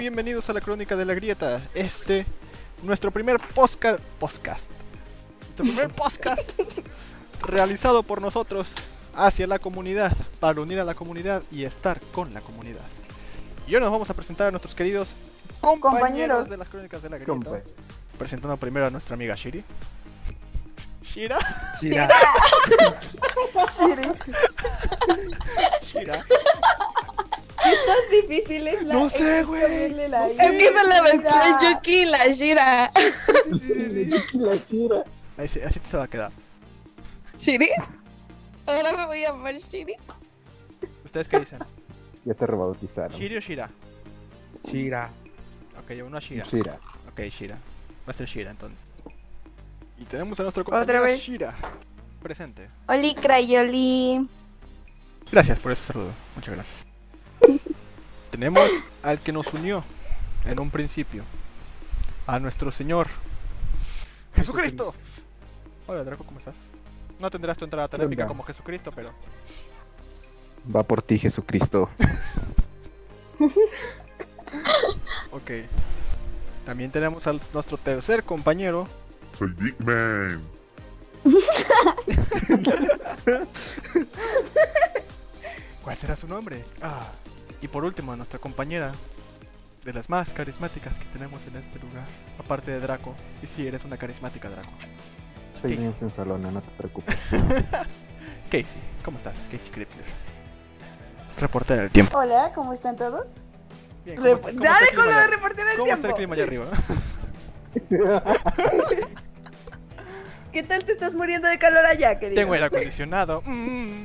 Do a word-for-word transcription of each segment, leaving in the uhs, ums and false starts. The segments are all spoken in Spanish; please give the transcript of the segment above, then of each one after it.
bienvenidos a la Crónica de la Grieta. Este, nuestro primer podcast, podcast, nuestro primer podcast realizado por nosotros hacia la comunidad, para unir a la comunidad y estar con la comunidad. Y hoy nos vamos a presentar a nuestros queridos compañeros, compañeros de las Crónicas de la Grieta. Compa. Presentando primero a nuestra amiga Shiri. Shira. Shira. Shiri. Shira. ¿Qué tan difícil es la... No sé, güey. Es que se le mezcló el Yuki y la Shira. Yuki y la Shira. Así, así se va a quedar. ¿Shiri? Ahora me voy a llamar Shiri. ¿Ustedes qué dicen? Ya te rebautizaron. ¿Shiri o Shira? Shira. Ok, uno a Shira. Shira. Ok, Shira. Va a ser Shira entonces. Y tenemos a nuestro compañero ¿Otra vez? Shira. Presente. Oli Crayoli. Gracias por ese saludo. Muchas gracias. Tenemos al que nos unió en un principio. A nuestro Señor Jesucristo. Hola Draco, ¿cómo estás? No tendrás tu entrada tan épica como Jesucristo, pero... Va por ti, Jesucristo. Ok. También tenemos a nuestro tercer compañero. Soy Dickman. ¿Cuál será su nombre? Ah. Y por último, nuestra compañera de las más carismáticas que tenemos en este lugar, aparte de Draco. Y sí, eres una carismática, Draco. Estoy bien sensualona, no te preocupes. Casey, ¿cómo estás? Casey Crippler. Reportera del tiempo. Hola, ¿cómo están todos? Bien, Rep- está, Dale con lo de reportera del ¿Cómo tiempo. está el clima allá arriba? ¿Qué tal te estás muriendo de calor allá, querido? Tengo aire acondicionado. Mm.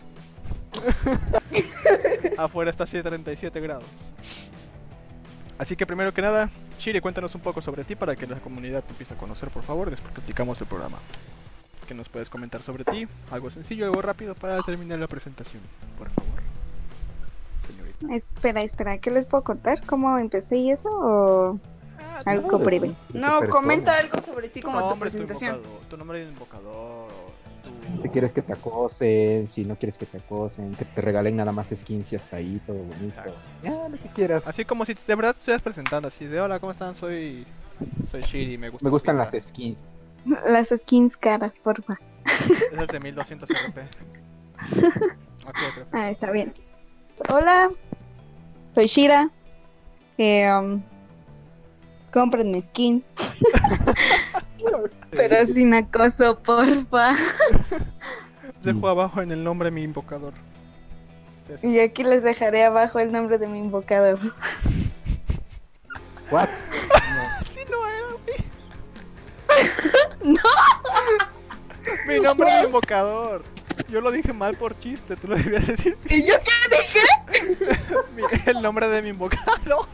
Afuera está a treinta y siete grados. Así que primero que nada, Shiri, cuéntanos un poco sobre ti para que la comunidad te empiece a conocer, por favor, después que platicamos el programa. ¿Qué nos puedes comentar sobre ti? Algo sencillo, algo rápido para terminar la presentación, por favor, señorita. Espera, espera, ¿qué les puedo contar? ¿Cómo empecé y eso? ¿O Ah, algo breve? No, persona. comenta algo sobre ti tu como tu nombre, tu, presentación. invocador, tu nombre de invocador, tu... Si quieres que te acosen, si no quieres que te acosen, que te regalen nada más skins y hasta ahí, todo bonito. Exacto. Ya, lo que quieras. Así como si de verdad te estuvieras presentando, así de hola, ¿cómo están? Soy... Soy Shiri, me gusta Me la gustan pizza. las skins. Las skins caras, porfa. Esa es de mil doscientos R P. Ok, perfecto. Ah, está bien. Hola, soy Shira. Eh, um, compren mi skin, pero sin acoso, porfa. Dejo abajo en el nombre mi invocador. Ustedes- Y aquí les dejaré abajo el nombre de mi invocador. What? Sí, no era, güey. No. Mi nombre de invocador. Yo lo dije mal por chiste, tú lo debías decir. ¿Y yo qué dije? Mi- el nombre de mi invocador.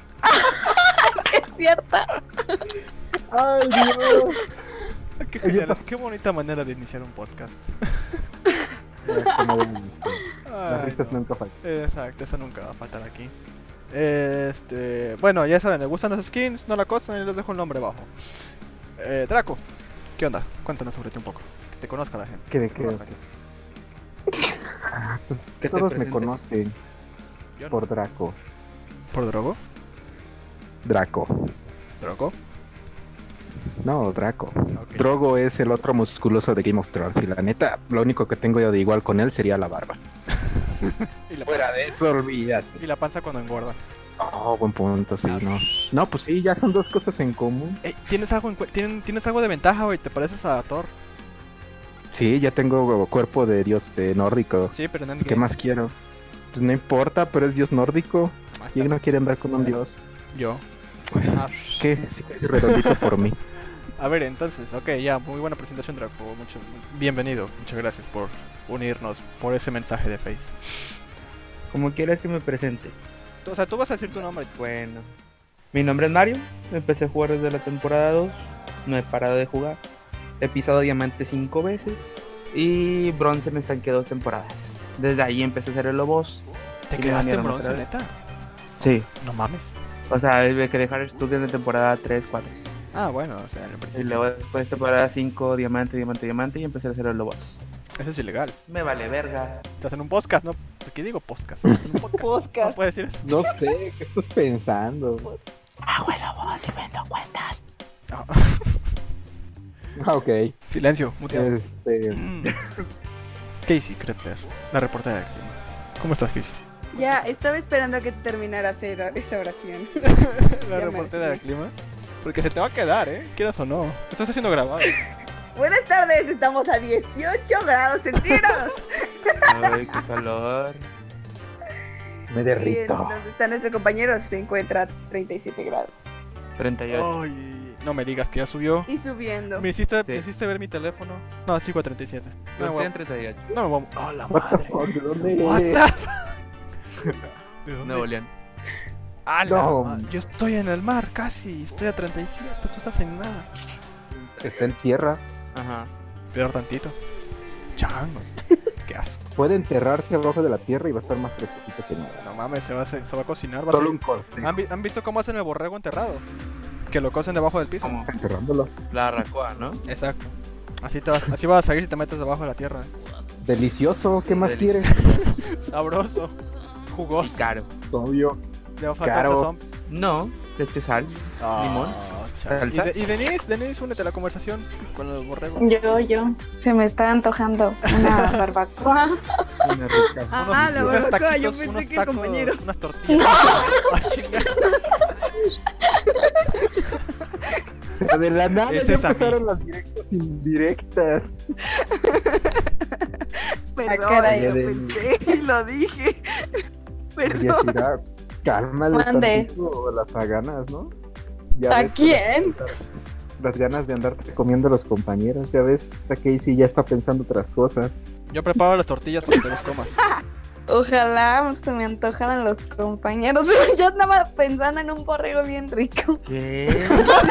Es cierta. Ay, Dios. Qué Oye, genial, pas- qué bonita manera de iniciar un podcast. Ya, como ven, Las Ay, risas no. nunca faltan. Exacto, eso nunca va a faltar aquí. Este, bueno, ya saben, les gustan los skins, no la cosa, y les dejo el nombre abajo. Eh, Draco, ¿qué onda? Cuéntanos sobre ti un poco, que te conozca la gente. ¿Qué de Te qué? conozca. Ah, pues, Que te todos me presentes. conocen Yo no. por Draco. ¿Por Drogo? Draco. ¿Drogo? No, Draco. Ok. Drogo es el otro musculoso de Game of Thrones. Y la neta, lo único que tengo yo de igual con él sería la barba. Y la, Fuera de eso, olvídate. y la panza cuando engorda. Oh, buen punto, sí, no. No, pues sí, ya son dos cosas en común. Ey, ¿tienes algo, en cu- tien- ¿Tienes algo de ventaja, güey? ¿Te pareces a Thor? Sí, ya tengo cuerpo de dios de nórdico. Sí, pero no Pues, ¿qué más quiero? Pues no importa, pero es dios nórdico. ¿Quién no quiere andar con un dios? Yo. Ah, ¿Qué? Sí, redondito por mí. A ver, entonces, ok, ya, muy buena presentación, Draco. Mucho, bienvenido, muchas gracias por unirnos, por ese mensaje de Face. Como quieras que me presente. O sea, tú vas a decir tu nombre. Bueno, mi nombre es Mario. Empecé a jugar desde la temporada dos. No he parado de jugar. He pisado diamante cinco veces. Y bronce me estanqué dos temporadas. Desde ahí empecé a hacer el boss. ¿Te Y me quedaste en banearon bronce, otra vez. neta? Sí. No mames. O sea, hay que dejar estudios de temporada tres, cuatro. Ah, bueno, o sea, en el Y principio. luego después temporada cinco, diamante, diamante, diamante. Y empecé a hacer el boss. Eso es ilegal. Me vale verga. Estás en un podcast, ¿no? ¿Qué digo podcast? Es un podcast. Podcast. No puedo decir eso. No sé, ¿qué estás pensando? Abuelo, vos si vendo cuentas. No. Ah, ok. Silencio, muteado. Este. Casey Kreter, la reportera de clima. ¿Cómo estás, Casey? Ya, estaba esperando a que terminara hacer esa oración. La Ya me reportera de recibí. clima. Porque se te va a quedar, ¿eh? Quieras o no. Estás haciendo grabado. Buenas tardes, estamos a dieciocho grados centígrados. Ay, qué calor. Me Y en derrito. donde está nuestro compañero se encuentra a treinta y siete grados. treinta y ocho. Ay, no me digas que ya subió. Y subiendo. Me hiciste, Sí. me hiciste ver mi teléfono. No, sigo a treinta y siete. Yo No, estoy me en voy treinta y ocho. a- no me voy a... ¡Oh, la What the madre! fuck, ¿de dónde What eres? the fuck? ¿De dónde? Nuevo León. ¡Ah, la No. ma- Yo estoy en el mar casi. Estoy a treinta y siete. Tú estás en nada. Está en tierra. Ajá. Peor tantito. Chango. Qué asco. Puede enterrarse abajo de la tierra y va a estar más fresquito que nada. No mames, se va a, hacer- se va a cocinar. Va a Solo ser- un corte. ¿Han, vi- han visto cómo hacen el borrego enterrado? Que lo cocen debajo del piso. Como Enterrándolo. la racoa, ¿no? Exacto. Así, te vas, así vas a seguir si te metes debajo de la tierra. Delicioso, ¿qué más Delicioso. quieres? Sabroso. Y Jugoso. caro. Obvio. Le va a faltar Caro. sazón. No, le eché sal. Limón. chale. Y, Salsa. de- y Denise, Denise, únete a la conversación con el borrego. Yo, yo. Se me está antojando una barbacoa. Una rica. Ah, la unos barbacoa, yo taquitos, pensé unos que el tacos, compañero. Unas tortillas. Ah, chinga. De la nada Ese ya es a mí. empezaron las directas indirectas. Perdón, caray. yo pensé y lo dije. Oye, Perdón. Shira, cálmale Mande. tantito las ganas, ¿no? Ya ¿A ves, quién? Las ganas de andarte comiendo a los compañeros. Ya ves, esta Casey ya está pensando otras cosas. Yo preparo las tortillas para que los comas. Ojalá se me antojaran los compañeros. Pero yo estaba pensando en un borrego bien rico. ¿Qué?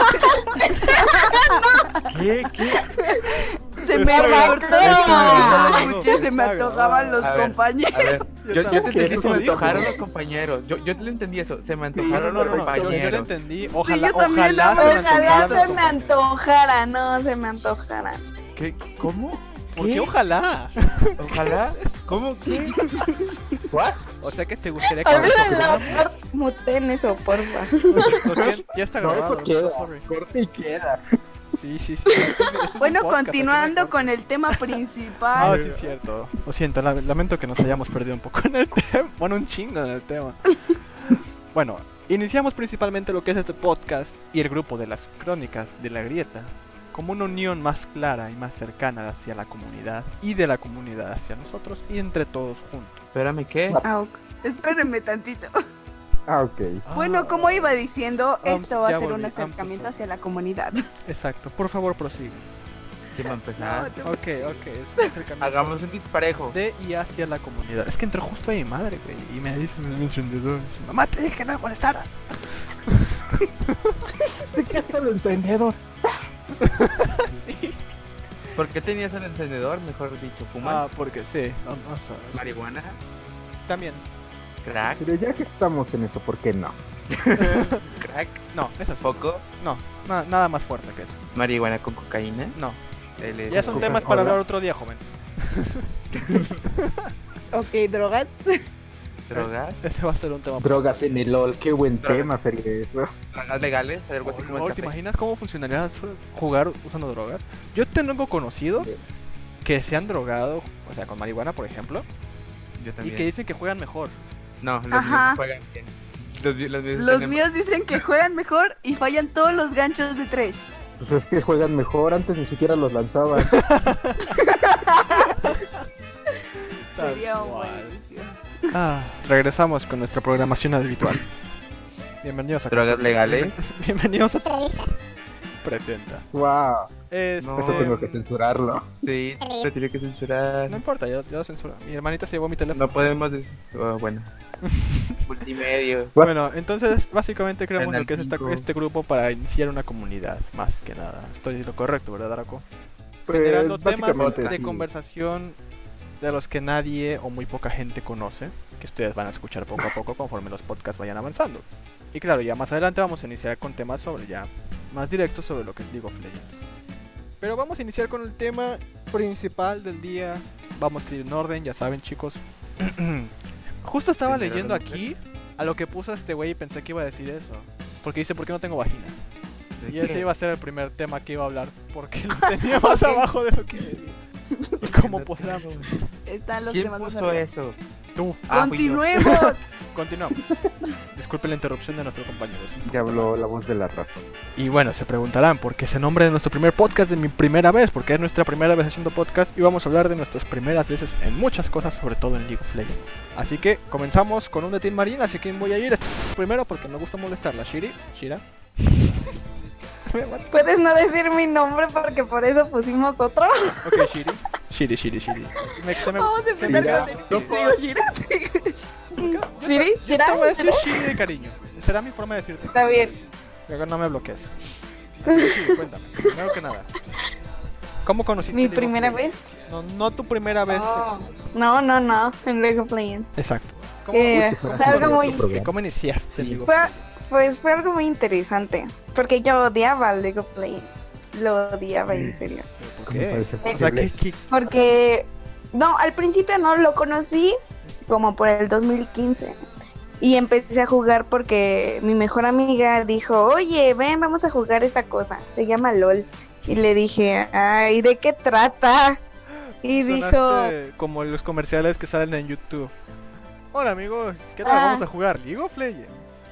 ¿Qué? ¿Qué? Se me Está cortó. grabado. Solo escuché, se me Está antojaban grabado. los A ver, compañeros. A ver, yo, yo te también. entendí, ¿Qué se me dijo? antojaron los compañeros. Yo, yo te lo entendí eso, se me No, antojaron no, los no, no, yo, yo le compañeros. entendí. Ojalá, yo también, ojalá no, se me Ojalá antojaran se los me compañeros. antojara, no se me antojara. ¿Qué? ¿Cómo? ¿Por qué ¿Qué? ojalá? Ojalá. ¿Cómo? ¿Qué? O sea que te gustaría que Olvídenlo, por muten eso, porfa. Lo siento, ya está No, grabado. eso queda. sorry. Corte y queda. Sí, sí, sí. Esto es- esto es un Bueno, podcast, continuando aquí no hay con el tema corte. Ah, principal. sí, es cierto. Lo siento, la- lamento que nos hayamos perdido un poco en el tema. Bueno, un chingo en el tema. Bueno, iniciamos principalmente lo que es este podcast y el grupo de las crónicas de la grieta como una unión más clara y más cercana hacia la comunidad y de la comunidad hacia nosotros y entre todos juntos. Espérame, ¿qué? Ah, ok. Espérenme tantito. Ah, ok. Bueno, como iba diciendo, I'm- esto va a ya ser volví, un I'm so acercamiento sorry. hacia la comunidad. Exacto, por favor prosigue. ¿Quién va a empezar? No, Ok, ok, es un acercamiento Hagamos un disparejo. de y hacia la comunidad. Es que entró justo ahí mi madre, güey, y me dice el encendedor. Mamá, te dije que no me molestara. Se queda el encendedor. Sí. ¿Por qué tenías el encendedor, mejor dicho? ¿Puma? Ah, porque sí. Vamos a- ¿Marihuana? También. ¿Crack? Pero ya que estamos en eso, ¿por qué no? ¿Crack? No, eso sí. ¿Poco? No, na- nada más fuerte que eso. ¿Marihuana con cocaína? No. L S D. Ya son Coca-Cola. temas para hablar otro día, joven. Ok, drogas. ¿Drogas? Ese va a ser un tema. Drogas en el LOL, qué buen Drogas. tema sería eso. ¿Drogas legales? ¿Algo así como el Oh, ¿te café? imaginas cómo funcionaría jugar usando drogas? Yo tengo conocidos que se han drogado, o sea, con marihuana, por ejemplo, Yo y también. que dicen que juegan mejor. No, los Ajá. míos no juegan bien. Los, mi- los míos Los están en- míos dicen que juegan mejor y fallan todos los ganchos de tres. Pues es que juegan mejor, antes ni siquiera los lanzaban. Sería un cual. buen inicio. Ah, regresamos con nuestra programación habitual. Bienvenidos a ¿Drogas legales? Bienvenidos a Presenta. Wow, Este, No. eso tengo que censurarlo. Sí, se tiene que censurar. No importa, yo, yo lo censuro. Mi hermanita se llevó mi teléfono. No podemos decir... oh, bueno. Multimedia. Bueno, entonces básicamente creamos Canal lo que es esta- cinco. este grupo para iniciar una comunidad, más que nada. Estoy en lo correcto, ¿verdad, Draco? Pues, Generando temas básicamente, de sí. conversación de los que nadie o muy poca gente conoce, que ustedes van a escuchar poco a poco conforme los podcasts vayan avanzando. Y claro, ya más adelante vamos a iniciar con temas sobre ya más directos sobre lo que es League of Legends. Pero vamos a iniciar con el tema principal del día. Vamos a ir en orden, ya saben, chicos. Justo estaba Primero leyendo de aquí a lo que puso este güey y pensé que iba a decir eso. Porque dice, ¿por qué no tengo vagina? Y ese iba a ser el primer tema que iba a hablar. Porque lo tenía más Ok. abajo de lo que leí. Y como podrán. Están los ¿Quién temas más puso arriba. eso? Tú. Ah, fui yo. Continuemos. Continuamos. Disculpe la interrupción de nuestro compañero. es un poco Ya habló largo. la voz de la razón. Y bueno, se preguntarán por qué ese nombre de nuestro primer podcast de mi primera vez, porque es nuestra primera vez haciendo podcast y vamos a hablar de nuestras primeras veces en muchas cosas, sobre todo en League of Legends. Así que comenzamos con un de Team Marine, así que voy a ir primero porque me gusta molestarla. Shiri, Shira. Puedes no decir mi nombre porque por eso pusimos otro. Ok, Shiri. Shiri, Shiri, Shiri. Me, se me, Vamos a se me- empezar con el... Digo, Shira. ¿Shiri? Yo ¿Shira? te voy a decir Shiri de cariño. Será mi forma de decirte. Está bien. Luego no me bloquees. Shiri, cuéntame. Primero que nada. ¿Cómo conociste ¿Mi League of primera Legends? vez? No, no tu primera vez. Oh. No, no, no. En League of Legends. Exacto. ¿Cómo, Eh, si fuera fue así, algo no muy... nuestro programa. ¿Cómo iniciaste? Sí. League of Fue, Legends? pues fue algo muy interesante. Porque yo odiaba League of Legends. Lo odiaba, en serio. ¿Pero por ¿Cómo qué? parece O sea, posible? ¿qué, qué? Porque... No, al principio no lo conocí como por el dos mil quince. Y empecé a jugar porque mi mejor amiga dijo, oye, ven, vamos a jugar esta cosa. Se llama LOL. Y le dije, ay, ¿de qué trata? Y dijo, Sonaste como los comerciales que salen en YouTube. Hola amigos, ¿qué tal? Ah. Vamos a jugar League of Legends.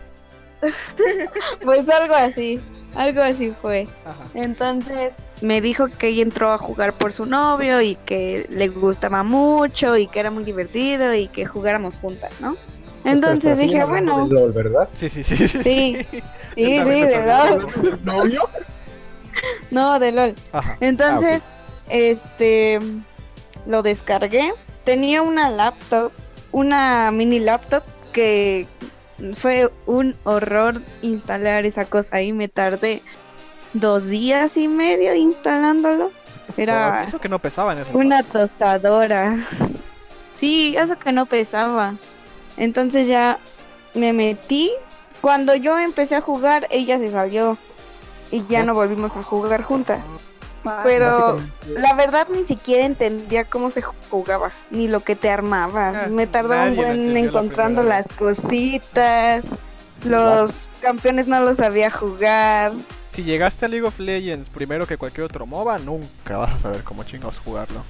pues algo así. Algo así fue. Ajá. Entonces me dijo que ella entró a jugar por su novio y que le gustaba mucho y que era muy divertido y que jugáramos juntas, ¿no? Entonces Estás dije, hablando bueno, de LOL, ¿verdad? Sí, sí, sí. Sí, sí, sí, Yo sí, también de estaba LOL. ¿Novio? No, de LOL. Ajá. Entonces, este, lo descargué. Tenía una laptop, una mini laptop que fue un horror instalar esa cosa ahí. Me tardé dos días y medio instalándolo. Era Eso que no pesaba en ese una tostadora. Sí, eso que no pesaba. Entonces ya me metí. Cuando yo empecé a jugar, ella se salió. Y ya no volvimos a jugar juntas. Pero la verdad ni siquiera entendía cómo se jugaba, ni lo que te armabas. Ah, Me tardaba un nadie lo buen entendió la encontrando primera las cositas. Los campeones no los sabía jugar. Si llegaste a League of Legends primero que cualquier otro MOBA, nunca vas a saber cómo chingados jugarlo.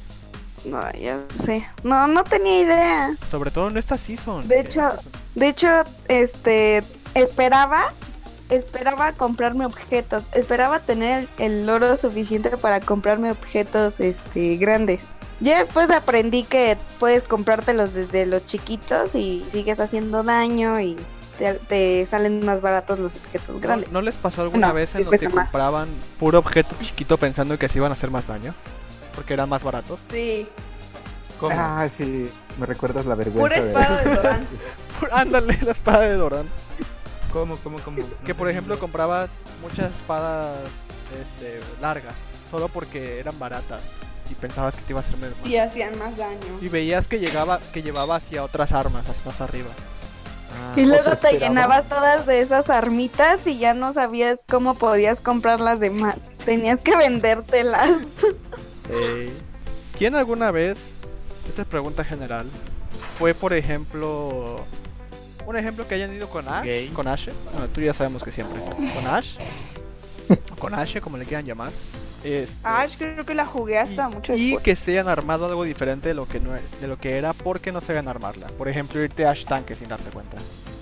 No, ya sé. No, no tenía idea. Sobre todo en esta season. De que- hecho, De hecho, este, esperaba, esperaba comprarme objetos, esperaba tener el, el oro suficiente para comprarme objetos, este, grandes. Ya después aprendí que puedes comprártelos desde los chiquitos y sigues haciendo daño y te, te salen más baratos los objetos ¿No, grandes. ¿No les pasó alguna No, vez en sí los que cuesta más. compraban puro objeto chiquito pensando que se iban a hacer más daño? Porque eran más baratos. Sí. ¿Cómo? Ah, sí. Me recuerdas la vergüenza Pura espada de Doran. Pur- Ándale, la espada de Doran. ¿Cómo, cómo, cómo? Que por ejemplo comprabas muchas espadas este, largas solo porque eran baratas y pensabas que te iba a hacer menos. Y hacían más daño. Y veías que llegaba, que llevaba hacia otras armas, hacia más arriba. Ah, Y luego otro te esperaba. llenabas todas de esas armitas y ya no sabías cómo podías comprar las demás. Tenías que vendértelas. ey. ¿Quién alguna vez, esta es pregunta general, fue por ejemplo, un ejemplo que hayan ido con Ash, Gay. con Ashe, bueno, tú ya sabemos que siempre, con Ash, o con Ashe, como le quieran llamar, este, Ash creo que la jugué hasta y, mucho y después. que se hayan armado algo diferente de lo que no e- de lo que era porque no sabían armarla. Por ejemplo, irte a Ash tanque sin darte cuenta.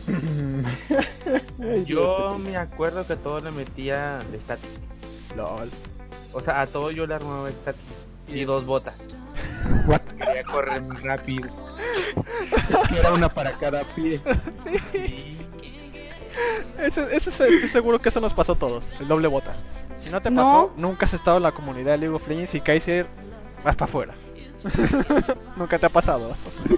Yo me acuerdo que a todo le metía de static. LOL. O sea, a todo yo le armaba static. Y dos botas. What? Quería correr muy rápido. Era una para cada pie. Y Ese, ese, estoy seguro que eso nos pasó a todos, el doble bota. Si no te No. pasó, nunca has estado en la comunidad de League of Legends y Kaiser vas para afuera. Nunca te ha pasado. vas pa' afuera.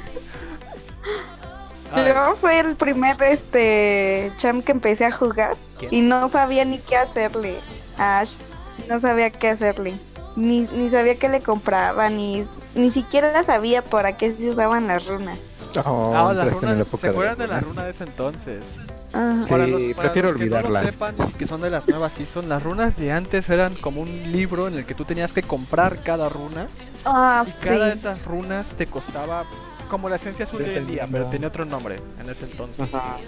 A ver, Yo fue el primer este champ que empecé a jugar ¿quién? y no sabía ni qué hacerle a Ash. No sabía qué hacerle. Ni, ni sabía qué le compraba, ni, ni siquiera sabía para qué se usaban las runas. Oh, Ah, las entraste en la runas, época ¿se de acuerdan de la runas. runa de ese entonces? Ajá. Sí, Para los, para prefiero los que no lo olvidarlas. sepan y que son de las nuevas season, las runas de antes eran como un libro en el que tú tenías que comprar cada runa Ah, y cada de sí. esas runas te costaba como la esencia azul de hoy en día, pero tenía otro nombre en ese entonces. Ajá.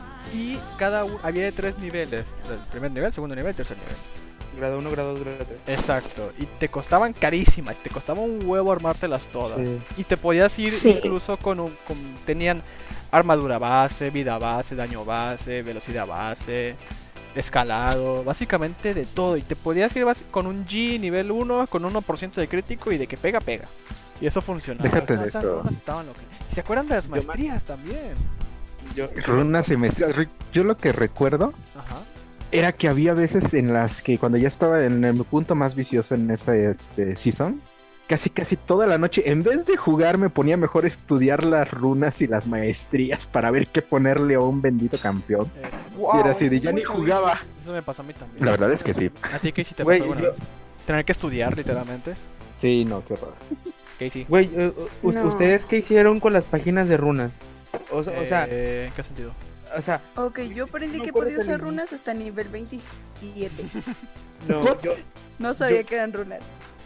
Y cada uno, había de tres niveles, el primer nivel, segundo nivel, tercer nivel. Grado uno, grado dos, grado tres. Exacto, y te costaban carísimas, te costaba un huevo armártelas todas. Sí. Y te podías ir Sí. incluso con un... Con, tenían armadura base, vida base, daño base, velocidad base, escalado, básicamente de todo. Y te podías ir bas- con un G nivel uno, con uno por ciento de crítico y de que pega, pega. Y eso funcionaba. Déjate de Esas eso. runas estaban locas. ¿Y se acuerdan de las Yo me- maestrías también? Yo, Runas y maestrías. Re- Yo lo que recuerdo Ajá. era que había veces en las que cuando ya estaba en el punto más vicioso en esta este, season, casi casi toda la noche, en vez de jugar, me ponía mejor estudiar las runas y las maestrías para ver qué ponerle a un bendito campeón. Eh, Y era así de ya ni mucho jugaba. eso me pasó a mí también. La verdad es que sí. ¿A ti, Casey, te Güey, pasó alguna yo- vez? Tener que estudiar, literalmente. Sí, no, qué horror. Casey. Güey, eh, u- No. ¿ustedes qué hicieron con las páginas de runas? O, sea- o sea, Eh, ¿en qué sentido? o sea, Ok, yo aprendí No que acuerdo podía que usar le- runas hasta nivel veintisiete. no, yo, No sabía Yo- que eran runas.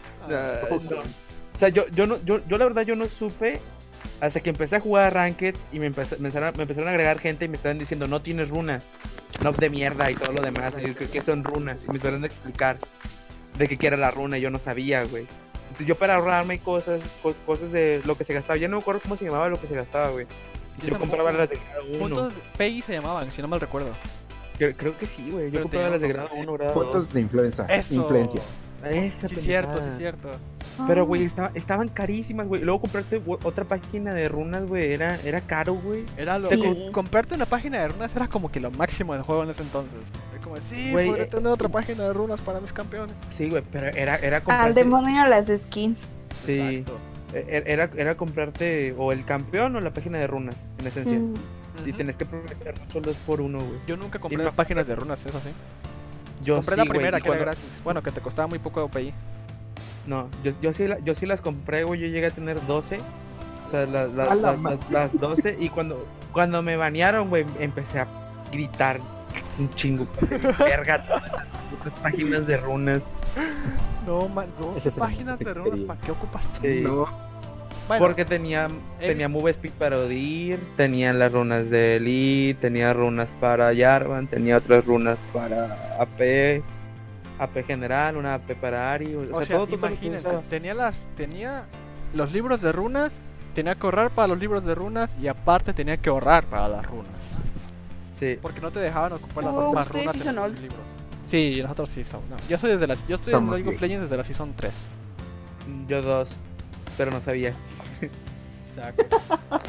ah, no. O sea, yo, yo no, yo, yo la verdad yo no supe hasta que empecé a jugar Ranked y me, empezó- me empezaron, me empezaron a agregar gente y me estaban diciendo no tienes runas, no de mierda y todo lo demás, y yo, ¿qué, qué son runas? Y me empezaron a explicar de qué era la runa y yo no sabía, güey. Entonces yo para ahorrarme cosas, co- cosas de lo que se gastaba, ya no me acuerdo cómo se llamaba lo que se gastaba, güey. Yo Yo, tampoco. compraba las de grado uno. Puntos P E G I se llamaban, si no mal recuerdo. Creo, creo que sí, güey. Yo Pero compraba tenía las de un grado nombre. uno, grado dos. Puntos de influencia. Eso. Influencia. Esa Sí, cierto, sí, pendejada. cierto. Pero, güey, estaba, estaban carísimas, güey. Luego comprarte u- otra página de runas, güey, era, era caro, güey. Era lo Sí. co- comprarte una página de runas era como que lo máximo del juego en ese entonces. Era como, sí, Güey, podré eh, tener otra página de runas para mis campeones. Sí, güey, pero era, era Al comprarte... demonio las skins. Sí. Exacto. e- Era, era comprarte o el campeón o la página de runas, en esencia. Mm. Y Ujú. tenés que aprovechar mucho dos por uno, güey. Yo nunca compré Y no- las páginas de runas, eso sí. Yo compré sí, la güey, primera y que era cuando- gratis. Bueno, que te costaba muy poco O P I. No, yo, yo, sí, la- yo sí las compré, güey. Yo llegué a tener doce. O sea, las, las, A la las, las- las doce. Y cuando, cuando me banearon, güey, empecé a gritar un chingo. Verga, todas las putas páginas de runas. No, man, dos Ese es el páginas de runas, quería. ¿para qué ocupas tú? Sí. No. Bueno, Porque tenía, he tenía Move Speed para Odir, tenía las runas de Elite, tenía runas para Jarvan, tenía otras runas para A P, A P general, una A P para Ari. O, o sea, sea, todo, todo lo que imagínense, usaba. tenía las, tenía los libros de runas, tenía que ahorrar para los libros de runas y aparte tenía que ahorrar para las runas. Sí. Porque no te dejaban ocupar las Oh, más ¿ustedes runas sí en son los old? libros. Sí, nosotros sí somos. No, yo soy desde la, yo estoy Somos en League of gay. Legends desde la Season tres. Yo dos, pero no sabía. Exacto.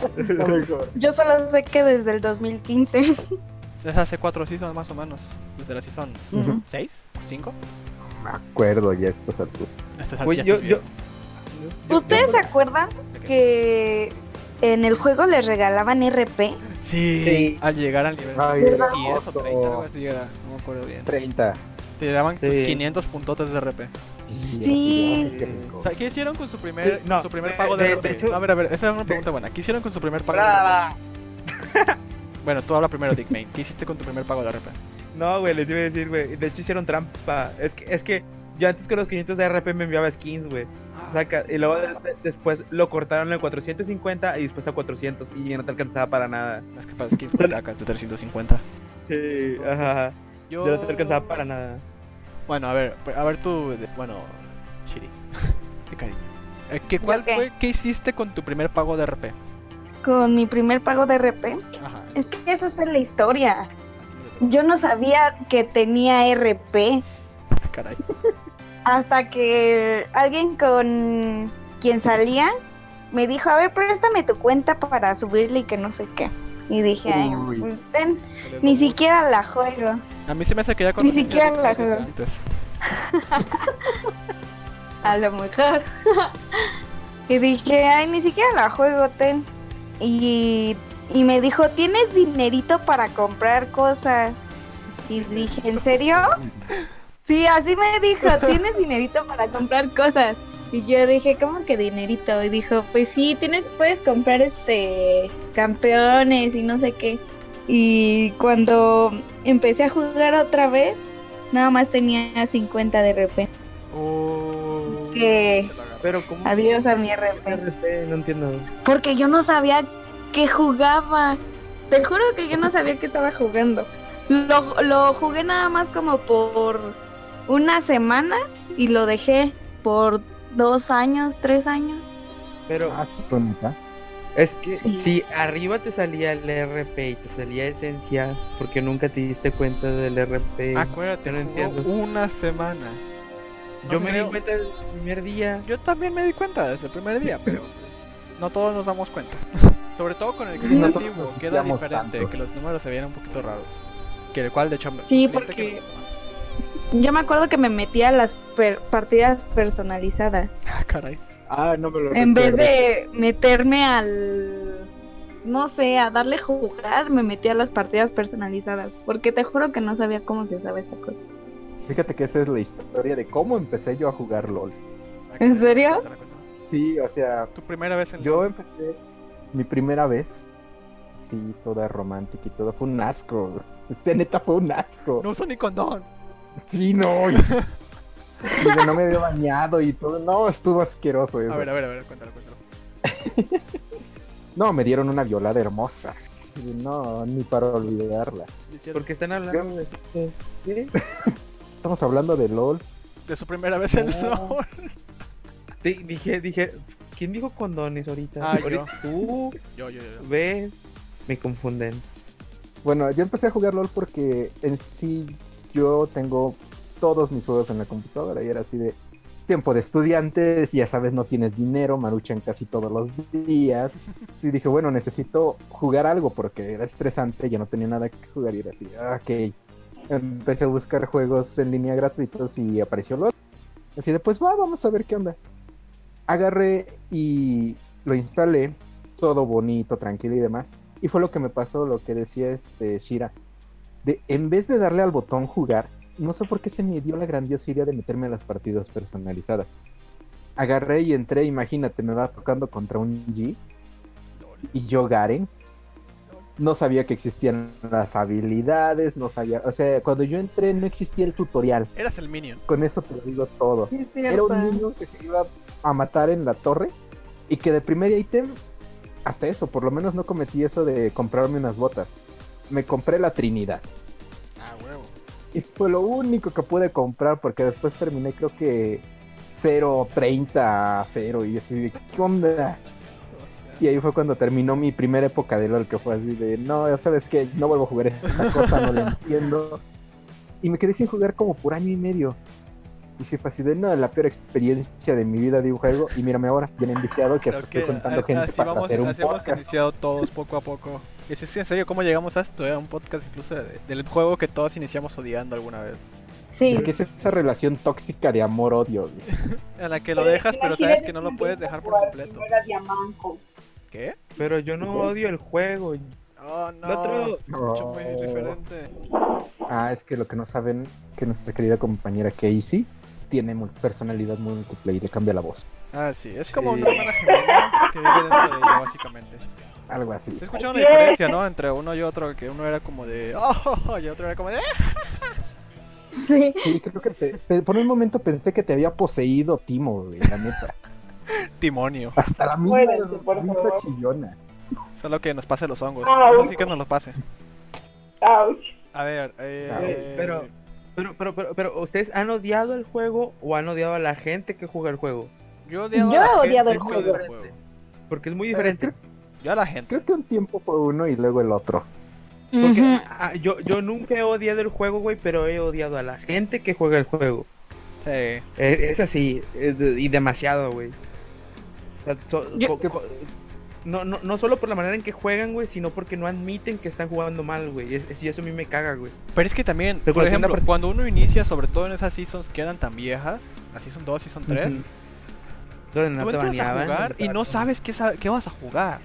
Yo solo sé que desde el dos mil quince. Es hace cuatro seasons más o menos. Desde la Season Ujú. seis, cinco. Me acuerdo ya a estas alturas. Este Güey, ya yo, estás yo, bien. yo- ¿Ustedes yo- se acuerdan ¿De qué? que en el juego les regalaban R P? Sí, Sí. al llegar al nivel Ay, diez era o oso. treinta, algo así era, no me acuerdo bien. treinta. Te daban tus Sí. quinientos puntotes de R P. Sí. ay, qué rico. O sea, ¿qué hicieron con su primer, Sí, no, con su primer de- pago de, de- R P? de hecho- a ver, a ver, esa es una pregunta buena. ¿Qué hicieron con su primer pago de R P? Bueno, tú habla primero, Dick Main. ¿Qué hiciste con tu primer pago de R P? No, güey, les iba a decir, güey. De hecho hicieron trampa. Es que, es que yo antes con los quinientos de R P me enviaba skins, güey. Saca, y luego de- de- después lo cortaron a cuatrocientos cincuenta y después a cuatrocientos y ya no te alcanzaba para nada. Es que para skins por acá es de trescientos cincuenta. Sí, Entonces, ajá. Yo... Ya no te alcanzaba para nada. Bueno, a ver, a ver tú, des- bueno, Shiri, qué cariño. Eh, ¿qué, ¿Cuál ¿Yo qué? fue, qué hiciste con tu primer pago de R P? Con mi primer pago de R P. Ajá. Es que eso está en la historia. Yo no sabía que tenía R P Caray. hasta que alguien con quien salía me dijo, a ver, préstame tu cuenta para subirle y que no sé qué. Y dije, ay, Uy. pues, ten, ni siquiera la juego. A mí se me hace que ya con Ni siquiera la desde juego. antes. A lo mejor. Y dije, ay, ni siquiera la juego, ten. Y, y me dijo, ¿tienes dinerito para comprar cosas? Y dije, ¿en serio? Sí, así me dijo, ¿tienes dinerito para comprar cosas? Y yo dije, ¿cómo que dinerito? Y dijo, pues sí, tienes, puedes comprar este campeones y no sé qué. Y cuando empecé a jugar otra vez, nada más tenía cincuenta de R P. Oh, ¿Qué? se la agarró. Pero ¿cómo? Adiós a mi R P. R P, no entiendo. Porque yo no sabía que jugaba. Te juro que yo no sabía que estaba jugando. Lo, lo jugué nada más como por unas semanas y lo dejé por dos años, tres años. Pero Ah, sí, bonita. es que Sí. si arriba te salía el R P y te salía esencia, porque nunca te diste cuenta del R P. Acuérdate, yo no jugó entiendo. una semana. Yo No me creo- di cuenta el primer día. Yo también me di cuenta desde el primer día, pero pues, no todos nos damos cuenta. Sobre todo con el Sí, clip no todos antiguo, nos que era fiamos diferente, tanto. que los números se veían un poquito raros. Que el cual de hecho me Sí, un cliente que porque- me gustó más. Yo me acuerdo que me metía a las per- partidas personalizadas. Ah, caray. Ah, no me lo En vez recuerdo. de meterme al... No sé, a darle jugar, me metía a las partidas personalizadas. Porque te juro que no sabía cómo se usaba esa cosa. Fíjate que esa es la historia de cómo empecé yo a jugar LOL. Ah, ¿En caray, serio? cuéntala, cuéntala. Sí, o sea, Tu primera vez en yo LOL. empecé mi primera vez. Sí, toda romántica y todo. Fue un asco. Ese neta fue un asco. No uso ni condón. Sí, no. Y, y que no me había bañado y todo. No, estuvo asqueroso eso. A ver, a ver, a ver, cuéntalo, cuéntalo. No, me dieron una violada hermosa. Sí, no, ni para olvidarla. Porque están hablando de esto. ¿Qué? Estamos hablando de LOL. De su primera vez en No. LOL. Di- Dije, dije, ¿quién dijo condones ahorita? Ah, yo. ahorita tú, Yo, yo, yo. ves, me confunden. Bueno, yo empecé a jugar LOL porque en sí yo tengo todos mis juegos en la computadora y era así de tiempo de estudiantes, ya sabes, no tienes dinero, maruchan casi todos los días. Y dije, bueno, necesito jugar algo porque era estresante, ya no tenía nada que jugar y era así, ah, ok. Empecé a buscar juegos en línea gratuitos y apareció LOL. Así de, pues va, vamos a ver qué onda. Agarré y lo instalé, todo bonito, tranquilo y demás. Y fue lo que me pasó, lo que decía este Shira. De, en vez de darle al botón jugar, no sé por qué se me dio la grandiosa idea de meterme a las partidas personalizadas. Agarré y entré, imagínate, me va tocando contra un G. Y yo Garen. No sabía que existían las habilidades, no sabía... O sea, cuando yo entré no existía el tutorial. Eras el minion. Con eso te lo digo todo. Sí, es Era cierto. un niño que se iba a matar en la torre y que de primer ítem, hasta eso, por lo menos no cometí eso de comprarme unas botas. Me compré la Trinidad Ah, huevo. y fue lo único que pude comprar porque después terminé creo que cero treinta a cero y así de ¿qué onda? Y ahí fue cuando terminó mi primera época de LOL, que fue así de no, ya sabes que no vuelvo a jugar esta cosa, no la entiendo. Y me quedé sin jugar como por año y medio. Y sí fue así de no, la peor experiencia de mi vida de un juego. Y mírame ahora, bien enviciado, que Creo hasta que estoy juntando a- gente así para vamos, hacer un así hemos podcast. iniciado todos poco a poco. Y sí, sí, en serio, ¿cómo llegamos a esto? Era un podcast incluso de- del juego que todos iniciamos odiando alguna vez. Sí. Es que es esa relación tóxica de amor-odio. güey. En la que lo dejas, pero sabes que no lo puedes dejar por completo. Era diamanco. ¿Qué? Pero yo no odio el juego. Oh, no. otro- Se escucha muy No. diferente. Ah, es que lo que no saben, que nuestra querida compañera Casey tiene mu- personalidad múltiple y le cambia la voz. Ah, sí. Es como Sí. una hermana gemela que vive dentro de ella, básicamente. Algo así. Se escucha una diferencia, ¿no? Entre uno y otro, que uno era como de... Oh, y otro era como de... "Ah". Sí. Sí, creo que te- te- por un momento pensé que te había poseído Timo, güey, la neta. Timonio. Hasta la misma, Muérete, por misma favor. chillona. Solo que nos pase los hongos. Au. Eso sí que nos los pase. Ouch. A ver, eh... Eh, pero, pero, pero, pero, pero, ¿ustedes han odiado el juego o han odiado a la gente que juega el juego? Yo, he odiado Yo a la he odiado gente el que juego. odia el juego. Porque es muy diferente. Yo a la gente. Creo que un tiempo fue uno y luego el otro. Porque Ujú. ah, yo, yo nunca he odiado el juego, güey, pero he odiado a la gente que juega el juego. Sí. Es, es así, es de- y demasiado, güey. O sea, so- Yo- co- co- no, no, no solo por la manera en que juegan, güey, sino porque no admiten que están jugando mal, güey. Es, es- y eso a mí me caga, güey. Pero es que también, Pero por con la segunda ejemplo, parte- cuando uno inicia, sobre todo en esas seasons que eran tan viejas, la season dos, season tres, Ujú. Donde no tú te entras a baneaban, jugar donde y te- no sabes qué, sa- qué vas a jugar.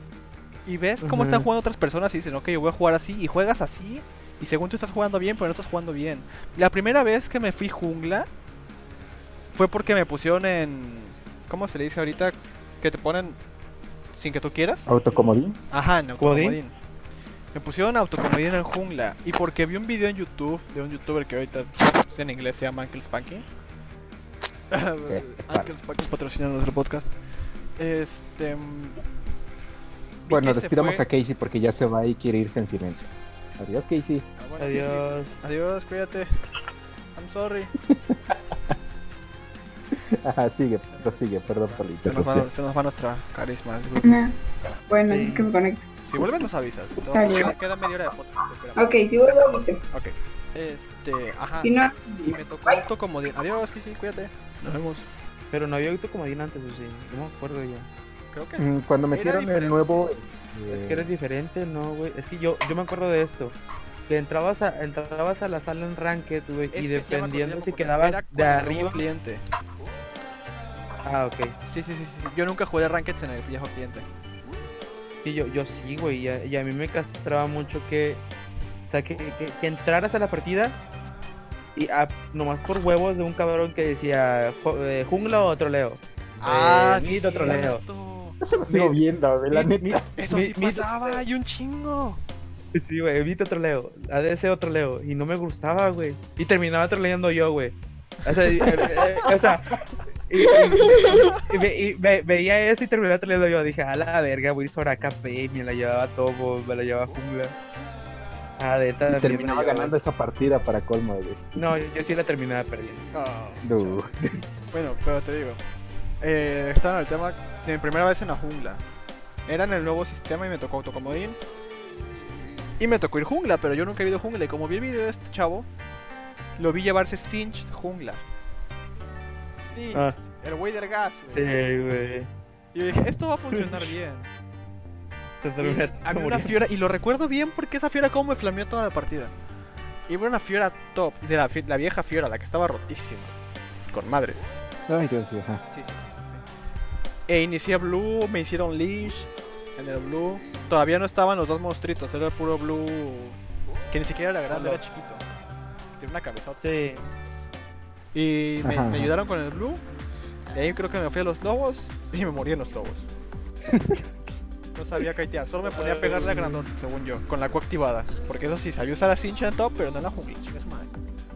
Y ves cómo Ujú. están jugando otras personas y dicen, ok, yo voy a jugar así, y juegas así, y según tú estás jugando bien, pero no estás jugando bien. La primera vez que me fui jungla fue porque me pusieron en... ¿Cómo se le dice ahorita? Que te ponen sin que tú quieras. Autocomodín. Ajá, en ¿Comodín? autocomodín. Me pusieron autocomodín en jungla. Y porque vi un video en YouTube de un youtuber que ahorita pues, en inglés se llama Uncle Spanky. Ángel Pack patrocinando el podcast. Este. mm, vi Bueno, que se despidamos fue- a Casey porque ya se va y quiere irse en silencio. Adiós, Casey. Ah, bueno, Adiós. sí. Adiós, cuídate. I'm sorry. Ajá, sigue, prosigue, perdón por la Se nos, va, interrupción. se nos va nuestra carisma. del grupo. Nah. Bueno, Sí. es que me conecto. Si vuelves nos avisas. Todo- Dale. queda, queda media hora de podcast. te esperamos. Ok, si vuelvo, aviso. Ok. Este, ajá. Si no, Y me tocó auto como de. Adiós, que sí, cuídate. Nos vemos. Pero no había autocomodín antes, o sí. No me acuerdo ya. Creo que Mm, sí. Cuando Era metieron diferente. el nuevo... Es eh, que eres diferente, no, güey. Es que yo, yo me acuerdo de esto. Que entrabas a, entrabas a la sala en Ranked, güey, Es y que ya me acordé, ya dependiendo me si acordé. quedabas Era de con el nuevo arriba. cliente. Ah, ok. Sí, sí, sí, sí, sí. Yo nunca jugué Rankeds en el viejo cliente. Sí, yo, yo sí, güey. Y, a- y a mí me castraba mucho que. O sea, que, que, que entraras a la partida y a- nomás por huevos de un cabrón que decía "Jo- eh, jungla o troleo. Ah, Eh, sí, mid o troleo. cierto. Eso lo sigo Mi- viendo, güey, la Mi- neta. mi- Eso mi- sí mi- pasaba, y un chingo. Sí, güey, evita troleo. A D C otro leo. Y no me gustaba, güey. Y terminaba troleando yo, güey. O sea, y, eh, eh, o sea, y, y- y ve- y ve- veía eso y terminaba troleando yo. Dije, a la verga, voy sobre A K P. Me la llevaba todo, me la llevaba jungla. Ah, de Y también terminaba me la ganando esa partida para colmo, güey. llevaba. No, yo, yo sí la terminaba perdiendo. Ah, Du. Bueno, pero te digo. Eh, estaba en el tema de mi primera vez en la jungla. Era en el nuevo sistema y me tocó autocomodín. Y me tocó ir jungla, pero yo nunca he ido jungla. Y como vi el video de este chavo, lo vi llevarse Sinch jungla. Sinch, Ah. el güey del gas, Sí, güey. güey. Y yo dije, esto va a funcionar bien. Te Y terminaste había una muriendo. fiora, y lo recuerdo bien porque esa fiora como me flameó toda la partida. Y era una fiora top, de la, fi- la vieja fiora, la que estaba rotísima. Con madre. Ay, Dios mío. ajá. Sí, sí, sí, sí, sí. E inicié Blue, me hicieron Leash en el Blue. Todavía no estaban los dos monstruitos, era el puro Blue. Que ni siquiera era grande, era chiquito. Tiene una cabezota. Sí. Y me, Ajá. me ayudaron con el Blue. Y ahí creo que me fui a los lobos y me morí en los lobos. No sabía kitear, solo me ponía a pegarle a grandote, según yo, con la Q activada. Porque eso sí, sabía usar a Sincha en top, pero no en la jungla, chingas madre.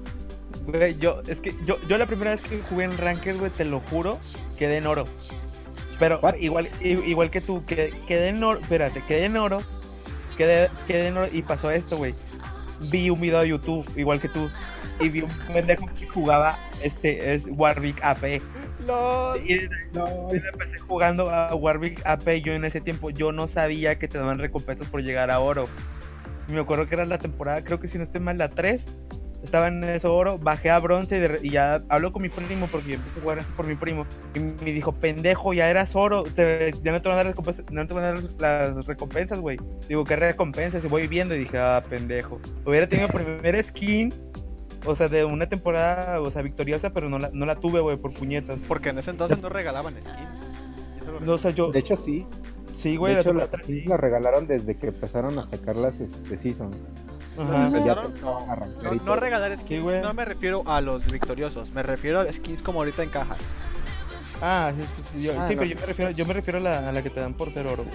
Güey, yo, es que yo, yo la primera vez que jugué en Ranked, güey, te lo juro, quedé en oro. Pero What? igual, i- igual que tú, que, quedé en oro, espérate, quedé en oro, quedé, quedé en oro y pasó esto, güey. Vi un video de YouTube, igual que tú, y vi un pendejo que jugaba, este, es Warwick A P. LOL. Y desde- no, yo empecé jugando a Warwick A P, yo en ese tiempo, yo no sabía que te daban recompensas por llegar a oro. Me acuerdo que era la temporada, creo que si no estoy mal, la tres. Estaba en ese oro, bajé a bronce y, de re- y ya hablo con mi primo porque yo empecé a jugar por mi primo. Y me dijo, pendejo, ya eras oro, te- ya no te van a dar recompensas, no te van a dar las recompensas, güey. Digo, ¿qué recompensas? Y voy viendo y dije, ah, pendejo. Hubiera tenido primera skin, o sea, de una temporada, o sea, victoriosa, pero no la, no la tuve, güey, por puñetas. Porque en ese entonces no regalaban skins. Eso lo No, o sea, yo, De hecho, sí. sí, güey, de la hecho, las temporada skins las regalaron desde que empezaron a sacar las este, seasons. Los Ajá. empezaron, Ya no, a arrancar no, y no todo. regalar Sí, skins, güey. no me refiero a los victoriosos, me refiero a skins como ahorita en cajas. Ah, sí, sí, sí, yo, Ah, sí, no. pero yo me refiero, yo me refiero a la, a la que te dan por ser oro.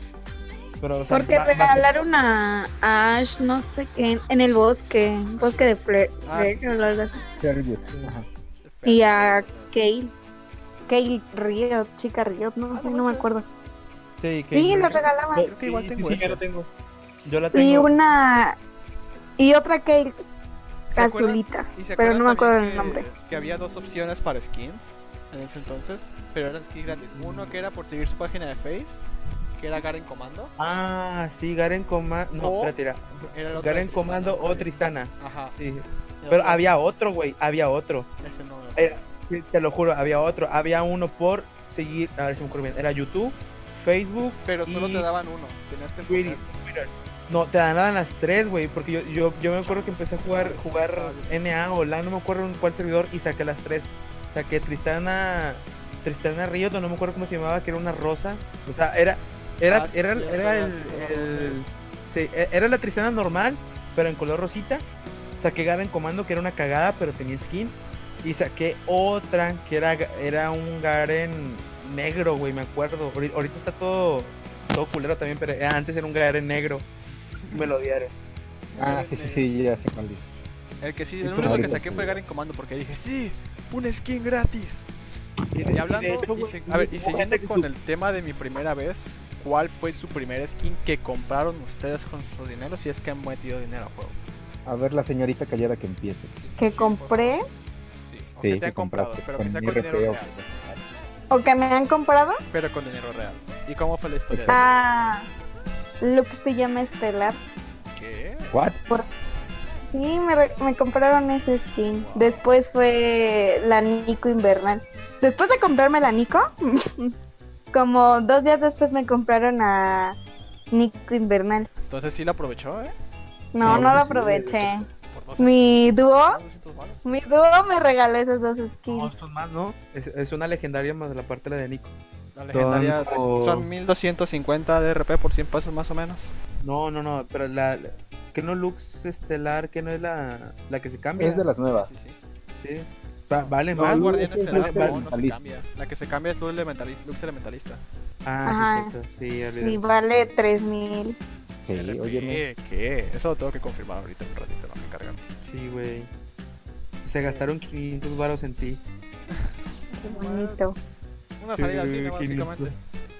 Pero, o sea, Porque ba- ba- regalaron a, a Ash, no sé qué, en el bosque, bosque de Fle Ah, sí, Fle- o algo así. Fairwood, ajá. Y a Kale. Kale Riot, chica Riot, no sé, no me acuerdo. Sí, que- Sí, lo regalaban. Yo- Creo que igual sí, tengo sí, sí, esa. yo la tengo. Yo la Y tengo. una. Y otra Kale ¿Se acuerdan? azulita. ¿Y se Pero acuerdan no me acuerdo también el nombre. que, que había dos opciones para skins en ese entonces, pero eran skins gratis. Uno que era por seguir su página de Face, que era Garen Comando. Ah, sí, Garen Comando. No, O- espérate, era. Era el otro Garen de Comando o Tristana. Tristana. Ajá. Sí. Y Pero otro- había otro, güey. Había otro. Ese no lo sé. Era- sí, te lo juro, había otro. Había uno por seguir. A ver si me acuerdo bien. Era YouTube, Facebook. Pero solo y te daban uno. Tenías que Twitter. escoger. Twitter. No, te daban las tres, güey. Porque yo, yo, yo me acuerdo que empecé a jugar, jugar N A o LAN, no me acuerdo en cuál servidor, y saqué las tres. Saqué Tristana. Tristana Río, no me acuerdo cómo se llamaba, que era una rosa. O sea, era. Era, Ah, sí, era, cierto, era era el, rosa. el- sí, e- era la Tristana normal, pero en color rosita. Saqué Garen Comando, que era una cagada, pero tenía skin. Y saqué otra, que era, era un Garen negro, güey, me acuerdo. Ahori- Ahorita está todo, todo culero también, pero antes era un Garen negro. Me lo odiaron. Ah, sí, sí, sí, ya sé cuál dice. El que sí, el Sí, único pero que ahorita saqué sí. fue Garen Comando porque dije, sí, un skin gratis. Y, y hablando, de hecho, y güey, se- a ver, y mucha siguiendo gente que con su- el tema de mi primera vez, ¿cuál fue su primer skin que compraron ustedes con su dinero? Si es que han metido dinero al juego. A ver, la señorita callada que empiece. Sí, sí, Que sí, compré por favor. Sí, o Sí, que te que han comprado, compraste pero con que sea con dinero R P o- real. o que me han comprado. Pero con dinero real. ¿Y cómo fue la historia? de Ah, Lux Pijama Estelar. ¿Qué? ¿What? Sí, me, re- me compraron ese skin. Después fue la Nico Invernal. Después de comprarme la Nico, como dos días después me compraron a Nico Invernal. Entonces sí lo aprovechó, ¿eh? No, Sí, no lo sí, aproveché. Por dos Mi dúo, skins, doscientos varos. mi dúo me regaló esos dos No, skins. son más, ¿no? Es, es una legendaria más de la parte de la de Nico. Las legendarias como- son mil doscientos cincuenta de R P por cien pesos más o menos. No, no, no, pero la, la- que no Lux Estelar, que no es la, la que se cambia. Es de las nuevas. Sí, sí, sí. Sí. Va- vale No, más. es Lux Guardián es Estelar, Lux no, no se Elementalista. cambia. La que se cambia es Lux Elementalista. Lux Elementalista. Ah, Ajá. sí, es cierto. Sí, olvidé. Y vale tres mil. Sí, R P, óyeme. ¿Qué? Eso lo tengo que confirmar ahorita en un ratito, no me encargan. Sí, güey. Se gastaron quinientos varos en ti. Qué bonito. Una salida al Sí, cine, quinientos. básicamente.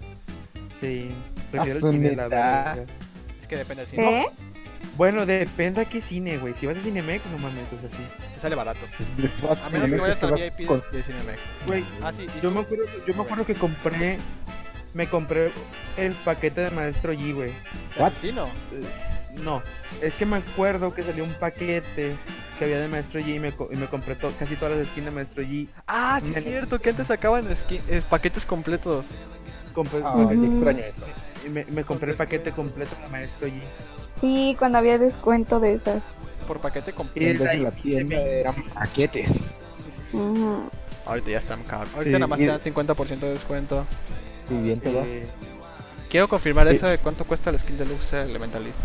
Sí. Prefiero su el cine, la neta. verdad. Es que depende del cine. ¿Qué? Bueno, depende a qué cine, güey. Si vas a Cinemex, no mames, o sea, sí. Te sale barato. Después, A menos que vayas te al vas V I P con- de, de Cinemex. Güey, Ah, sí. ¿y yo tú? me acuerdo, yo me acuerdo que compré, me compré el paquete de Maestro Yi, güey. ¿De What? asesino? Es- No, es que me acuerdo que salió un paquete que había de Maestro Yi y me, co- y me compré to- casi todas las skins de Maestro Yi. Ah, sí, es Me- cierto, que antes sacaban skin- eh, paquetes completos. Compré, Ah, Ujú. extraño eso. y me, me compré el paquete completo de Maestro Yi. Sí, cuando había descuento de esas. Por paquete Y completo. En vez de ahí la sí tienda se ve. eran paquetes. Sí, sí, sí. Ujú. Ahorita ya están caros. Ahorita Sí, nada más y- te dan cincuenta por ciento de descuento. Sí, bien te va. Eh, Quiero confirmar Sí. eso de cuánto cuesta el skin de Lux Elementalista.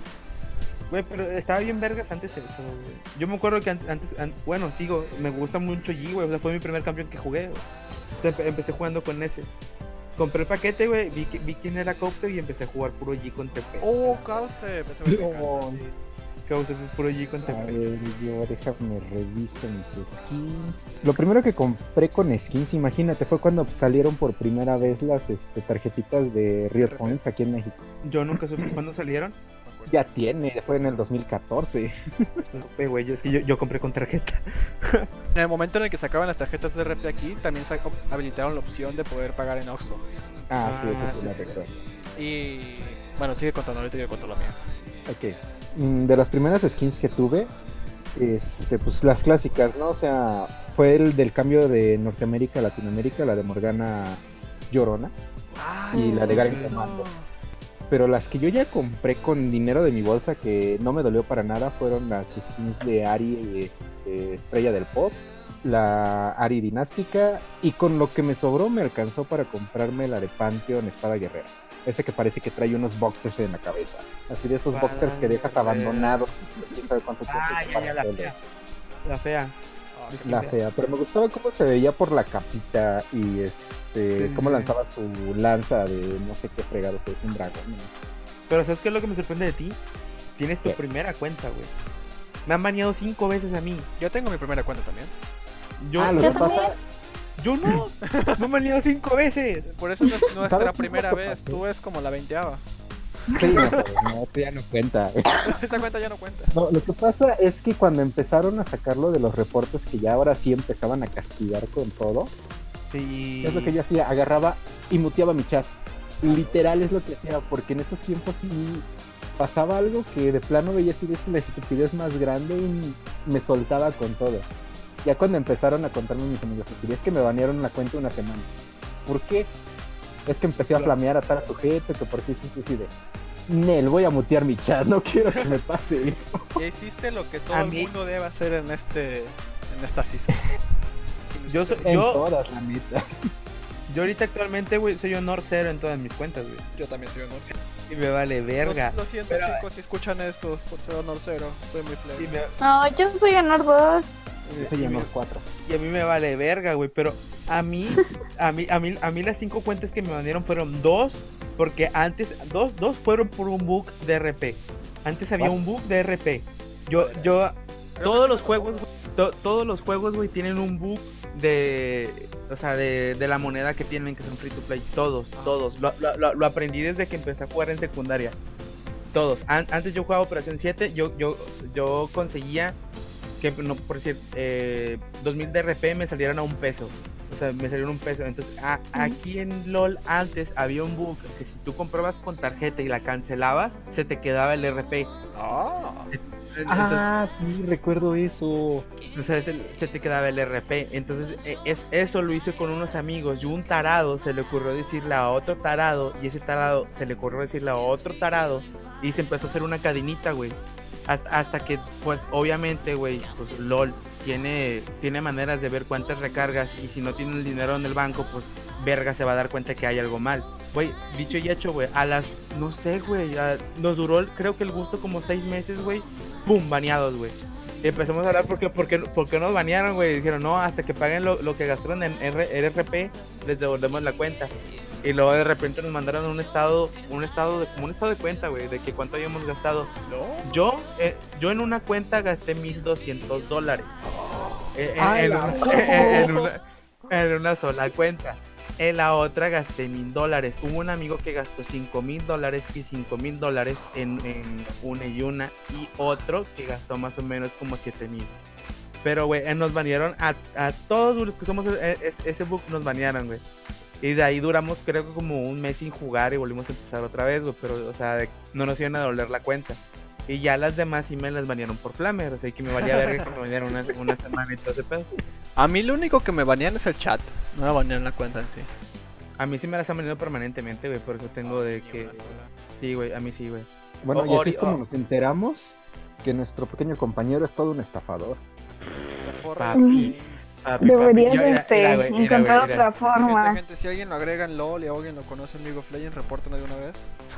Güey, pero estaba bien vergas antes eso, güey. Yo me acuerdo que an- antes, an- bueno, sigo, me gusta mucho Yi, güey. O sea, fue mi primer campeón que jugué, güey. Entonces, empe- empecé jugando con ese. Compré el paquete, güey, vi, que- vi quién era Copter y empecé a jugar puro Yi con T P. Oh, Cause, empecé a ver. No. Causa puro Yi con A T P. ver, yo déjame reviso mis skins. Lo primero que compré con skins, imagínate, fue cuando salieron por primera vez las este, tarjetitas de Real Points aquí en México. Yo nunca supe cuándo salieron. Ya tiene, fue en el dos mil catorce. Supe, güey, yo- es que yo, yo compré con tarjeta. En el momento en el que sacaban las tarjetas de R P aquí, también sa- habilitaron la opción de poder pagar en Oxxo. Ah, sí, Ah, eso sí sí, la sí. recuerdo. Y bueno, sigue contando, ahorita yo cuento la mía. Ok. Mm, De las primeras skins que tuve, este, pues las clásicas, ¿no? O sea, fue el del cambio de Norteamérica a Latinoamérica, la de Morgana Llorona. Ah, Y la de Garen no. Comando. Pero las que yo ya compré con dinero de mi bolsa, que no me dolió para nada, fueron las skins de Ari, este, Estrella del Pop, la Ari Dinástica, y con lo que me sobró me alcanzó para comprarme la de Pantheon Espada Guerrera. Ese que parece que trae unos boxers en la cabeza. Así de esos Ah, boxers que dejas Guerrera. abandonados. quién sabe cuánto tiempo Ah, ya, para ya, la hacerlo. fea. La fea. Ah, qué La feo. fea, pero me gustaba cómo se veía por la capita y este Sí. cómo lanzaba su lanza de no sé qué fregados es, un dragón. ¿no? Pero ¿sabes qué es lo que me sorprende de ti? Tienes tu ¿Qué? primera cuenta, güey. Me han baneado cinco veces a mí. Yo tengo mi primera cuenta también. Yo, Ah, lo Yo que pasa, yo no. Me han baneado cinco veces. Por eso no es nuestra ¿Sabes qué es primera lo que vez, pasó? tú es como la veinteava. sí, no, pero no, esto ya no cuenta. Esta cuenta ya no cuenta. No, lo que pasa es que cuando empezaron a sacarlo de los reportes que ya ahora sí empezaban a castigar con todo, Sí. es lo que yo hacía, agarraba y muteaba mi chat. Literal es lo que hacía, porque en esos tiempos sí pasaba algo que de plano veía así de la estupidez más grande y me soltaba con todo. Ya cuando empezaron a contarme mis amigos, es que me banearon la cuenta una semana. ¿Por qué? Es que empecé a flamear a tal sujeto que por ti sí así de Nel, voy a mutear mi chat, no quiero que me pase eso. Ya hiciste lo que todo A el mí- mundo debe hacer en este en esta season. Yo, soy- En yo, todas, la neta. yo ahorita actualmente, güey, soy honor cero en todas mis cuentas, güey. Yo también soy honor cero. Y me vale verga. Lo, lo siento, Pero- chicos, si escuchan esto por ser honor cero, soy muy Y plebe. me, No, yo soy honor dos. Yo soy honor cuatro. y a mí me vale verga, güey. Pero a mí, a mí, a mí, a mí las cinco cuentas que me banearon fueron dos. Porque antes, dos, dos fueron por un bug de R P. Antes había What? un bug de R P. Yo, yo, Creo todos que los sí, juegos, güey, to- todos los juegos, güey, tienen un bug de, o sea, de, de la moneda que tienen, que son free to play. Todos, todos. Lo, lo, lo- lo aprendí desde que empecé a jugar en secundaria. Todos. An- antes yo jugaba Operación siete, yo, yo, yo conseguía que, no, por decir, eh, dos mil de R P me salieran a un peso. O sea, me salieron un peso. Entonces, a- aquí en LOL antes había un bug que si tú comprabas con tarjeta y la cancelabas, se te quedaba el R P. Ah, Entonces, Ah, sí, recuerdo eso. o sea, se, se te quedaba el R P. Entonces, e- es, eso lo hice con unos amigos. Y un tarado se le ocurrió decirle a otro tarado. Y ese tarado se le ocurrió decirle a otro tarado. Y se empezó a hacer una cadenita, güey. Hasta, hasta que, pues, obviamente, güey, pues LOL tiene, tiene maneras de ver cuántas recargas. Y si no tiene el dinero en el banco, pues, verga se va a dar cuenta que hay algo mal. Güey, dicho y hecho, güey, a las, no sé, güey, a- nos duró, creo que el gusto como seis meses, güey. ¡Pum! Baneados, güey. Y empezamos a hablar porque, porque, porque nos banearon, güey. Dijeron, no, hasta que paguen lo, lo que gastaron en R- R P, les devolvemos la cuenta. Y luego de repente nos mandaron un estado, un estado de, como un estado de cuenta, güey, de que cuánto habíamos gastado. no. Yo, eh, yo en una cuenta gasté mil doscientos dólares. Eh, en, ¡Ay, en la- una, en, en una, en una sola cuenta. En la otra gasté mil dólares. Hubo un amigo que gastó cinco mil dólares y cinco mil dólares en, en una y una. Y otro que gastó más o menos como siete mil. Pero, güey, eh, nos banearon a, a todos los que somos eh, es- ese book, nos banearon, güey. Y de ahí duramos, creo que como un mes sin jugar y volvimos a empezar otra vez, güey. Pero, o sea, de- no nos iban a doler la cuenta. Y ya las demás sí me las banearon por Flamer. O sea, que me valía verga que me banearon una, una semana y todo ese pedo. A mí lo único que me banean es el chat. No me banean la cuenta en sí. A mí sí me las han baneado permanentemente, güey. Por eso tengo de que. Sí, güey, a mí sí, güey. Bueno, O- y así es Ori- como o- nos enteramos que nuestro pequeño compañero es todo un estafador. Papi. Papi, Deberías papi. Yo- mira, este, mira, güey, mira, encontrar güey, mira. otra forma. Gente, gente, si alguien lo agrega en LOL y alguien lo conoce en League of Legends, repórtenlo de una vez.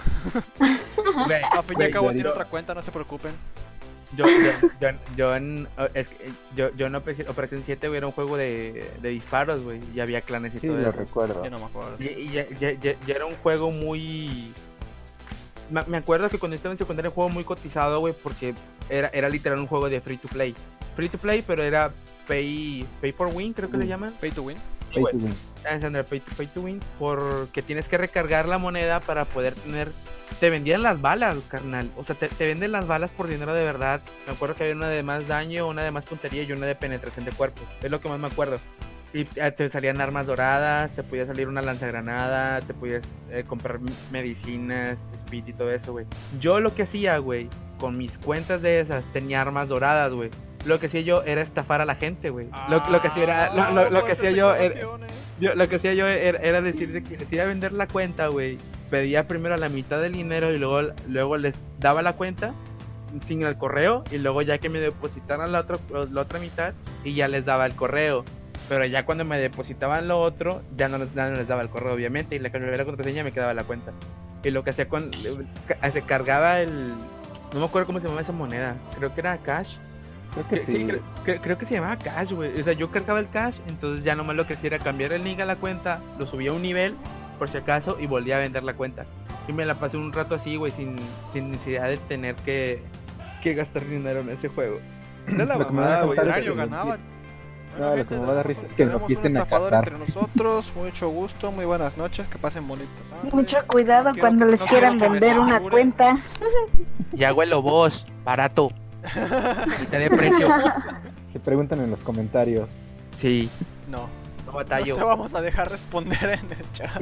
Güey, A fin y güey, al cabo yo- tiene otra cuenta, no se preocupen. Yo, yo, yo, yo en, es que yo, yo en Operación Operación siete, güey, era un juego de, de disparos, güey, y había clanes y Sí, todo lo eso. recuerdo. Yo no me acuerdo. Y, y ya, ya, ya- ya era un juego muy... Me, me acuerdo que cuando estaba en secundaria era un juego muy cotizado, güey, porque era, era literal un juego de free to play. Free to play, pero era pay, pay for win, creo que le Mm. llaman. Pay to win. Sí, güey. Pay to win. Ah, es Andrea, pay to, pay to win, porque tienes que recargar la moneda para poder tener... Te vendían las balas, carnal. O sea, te, te venden las balas por dinero de verdad. Me acuerdo que había una de más daño, una de más puntería y una de penetración de cuerpo. Es lo que más me acuerdo. Y eh, te salían armas doradas, te podía salir una lanzagranada, te podías eh, comprar m- medicinas, speed y todo eso, güey. Yo lo que hacía, güey, con mis cuentas de esas, tenía armas doradas, güey. Lo que hacía yo era estafar a la gente, güey. Lo, lo que hacía era, lo, lo- lo que hacía yo era, yo- lo que hacía yo era, era decir de que les iba a vender la cuenta, güey. Pedía primero la mitad del dinero y luego, luego les daba la cuenta sin el correo y luego ya que me depositaran la otra, la otra mitad y ya les daba el correo. Pero ya cuando me depositaban lo otro, ya no les, ya no les daba el correo, obviamente, y la cambiaba la contraseña y me quedaba la cuenta. Y lo que hacía con... ca- se cargaba el... No me acuerdo cómo se llamaba esa moneda. Creo que era Cash. Creo que Que- sí. creo, creo- creo que se llamaba Cash, güey. O sea, yo cargaba el Cash, entonces ya nomás lo que hacía era cambiar el link a la cuenta, lo subía a un nivel, por si acaso, y volvía a vender la cuenta. Y me la pasé un rato así, güey, sin, sin necesidad de tener que, que gastar dinero en ese juego. Era la Lo que me mamada, da güey. contar es Mario que- ganaba. No, lo gente, que me va a dar tenemos- risa es que lo tenemos un empiecen a estafador cazar. entre nosotros, mucho gusto, muy buenas noches, que pasen bonito. Mucho cuidado quiero cuando que- les no quieran quiero que me vender una censuren. cuenta. Ya huelo vos, barato. Y te dé precio. Se preguntan en los comentarios. Sí, No, no no batallo. te vamos a dejar responder en el chat.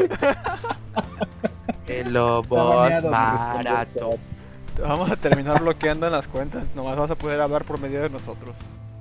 El lobo Está baneado, barato. Te vamos a terminar bloqueando en las cuentas. Nomás vas a poder hablar por medio de nosotros.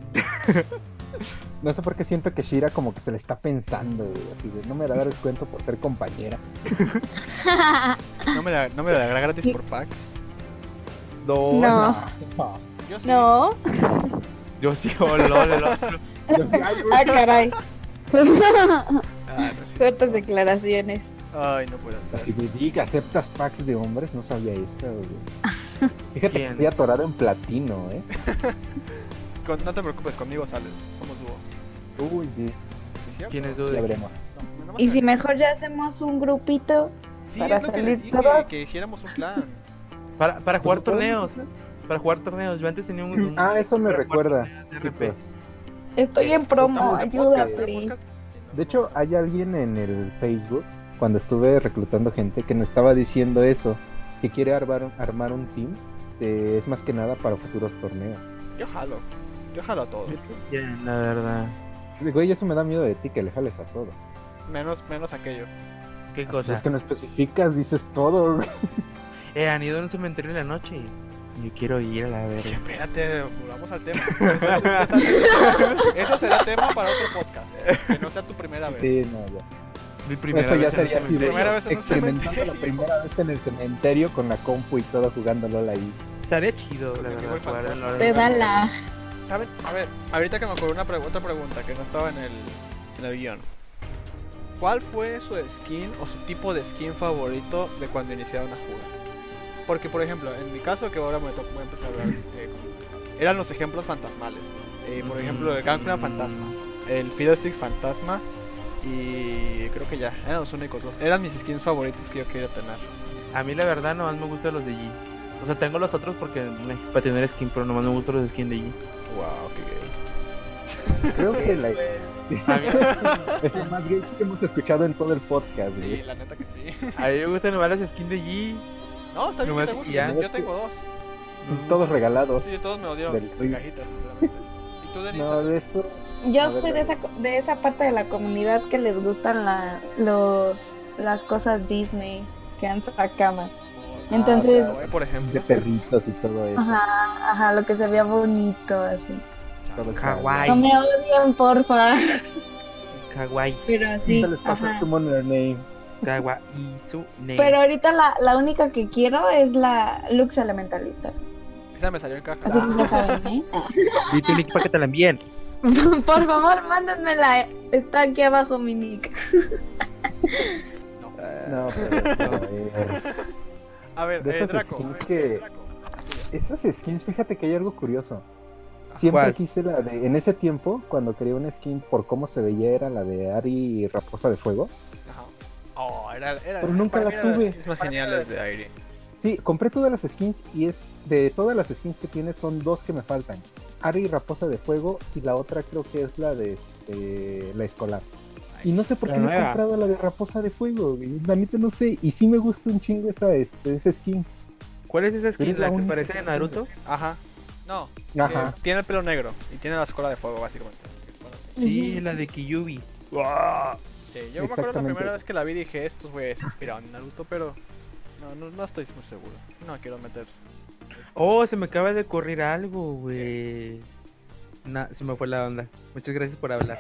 No sé por qué siento que Shira como que se le está pensando, güey, así de, no me da descuento por ser compañera. No me la, no me la dará gratis por pack. No, No. no. Yo sí. No. yo sí, oh, lol, el otro. Yo sí, ay, güey. Ah, caray. Ah, no, sí. Fuertes declaraciones. Ay, no puede ser. Así de, diga, ¿aceptas packs de hombres? No sabía eso, güey. Fíjate ¿Quién? que estoy atorado en platino, ¿eh? Con- no te preocupes, conmigo sales. Somos dúo. Uy, sí, ¿Sí, cierto? ¿Quién es ya duda? veremos. No, nomás Y te- si mejor ya hacemos un grupito Sí, para es lo que les salir dije, todos. que hiciéramos un plan. Para, para jugar ¿Pero podemos torneos. hacer? para jugar torneos. Yo antes tenía un... un- Ah, eso me para jugar recuerda, torneos de R P. chicos. Estoy en promo, Estamos en ayuda, podcast, ¿eh? Pri. Podcast. De hecho, hay alguien en el Facebook, cuando estuve reclutando gente, que me estaba diciendo eso, que quiere armar, armar un team, eh, es más que nada para futuros torneos. Yo jalo. Yo jalo a todo. Ya, la verdad. Güey, eso me da miedo de ti, que le jales a todo. Menos, menos aquello. ¿Qué Pues cosa? es que no especificas, dices todo, güey. Eh, han ido a un cementerio en la noche. Yo quiero ir a la Que verga. espérate, volvamos al tema. Esa- esa- Eso será tema para otro podcast. Que no sea tu primera vez. Sí, no, ya. Mi primera Eso ya vez en un sería así, cementerio. Primera vez en un experimentando cementerio. la primera vez en el cementerio con la compu y todo jugando LOL ahí. Estaría chido, la Porque verdad, voy jugar fantasma. en LOL. Te da la. ¿Saben? A ver, ahorita que me acuerdo una pre- otra pregunta que no estaba en el, en el guión. ¿Cuál fue su skin o su tipo de skin favorito de cuando iniciaron a jugar? Porque, por ejemplo, en mi caso, que ahora me toca voy a empezar a hablar, eh, eran los ejemplos fantasmales. Eh, por Mm. ejemplo, el Gangplank Fantasma, el Fiddlestick Fantasma y creo que ya, eran los únicos dos. Eran mis skins favoritos que yo quería tener. A mí la verdad nomás me gustan los de G. O sea, tengo los otros porque me, para tener skin, pero nomás me gustan los skins de G. Wow, qué gay. Creo que la, A mí, es lo más gay que hemos escuchado en todo el podcast, Sí, güey. la neta que sí. a mí me gustan nomás las skins de G. No, está bien que Nomás te guste, ya. yo- yo tengo dos. Todos regalados. Sí, todos me lo dieron Del- en cajitas, sinceramente. ¿Y tú, Denise? No, de eso. Yo A ver, soy de esa, co- de esa parte de la comunidad que les gustan la, los, las cosas Disney que han sacado. Entonces- Ah, por ejemplo. De perritos y todo eso. Ajá, ajá, lo que se veía bonito, así. Todo Kawaii. No me odien, porfa. Kawaii. Pero Se sí, les pasó el ajá. summoner name. Kawaii su name. Pero ahorita la, la única que quiero es la Lux Elementalista. Esa me salió en caja. Así que ya saben, ¿eh? Y tu link para que te la envíen. Por favor, mándenmela. Está aquí abajo mi nick. No, pero. a ver. A ver, De eh, esas Draco. skins a ver, que- Draco. Esas skins, fíjate que hay algo curioso. Siempre ¿Cuál? quise la de. En ese tiempo, cuando quería una skin por cómo se veía, era la de Ari Raposa de Fuego. Ajá. Oh, era, era, Pero nunca para la mí era de tuve. las skins más geniales de Aire. Sí, compré todas las skins y es. De todas las skins que tiene, son dos que me faltan: Ari Raposa de Fuego y la otra creo que es la de. este, la escolar. Y no sé por La qué no he nueva. comprado la de Raposa de Fuego, güey. La neta no sé. Y sí me gusta un chingo esa, este, esa skin. ¿Cuál es esa skin? Eres la ¿La que única parece de que Naruto? Ajá. No. Ajá. que tiene el pelo negro y tiene la escuela de fuego, básicamente. Sí, la de Kyubi. Sí, yo me acuerdo la Exactamente. primera vez que la vi dije, estos güeyes se inspiraron en Naruto, pero no, no, no estoy muy seguro. No quiero meter. Oh, se me acaba de ocurrir algo, güey. Nah, se me fue la onda. Muchas gracias por hablar.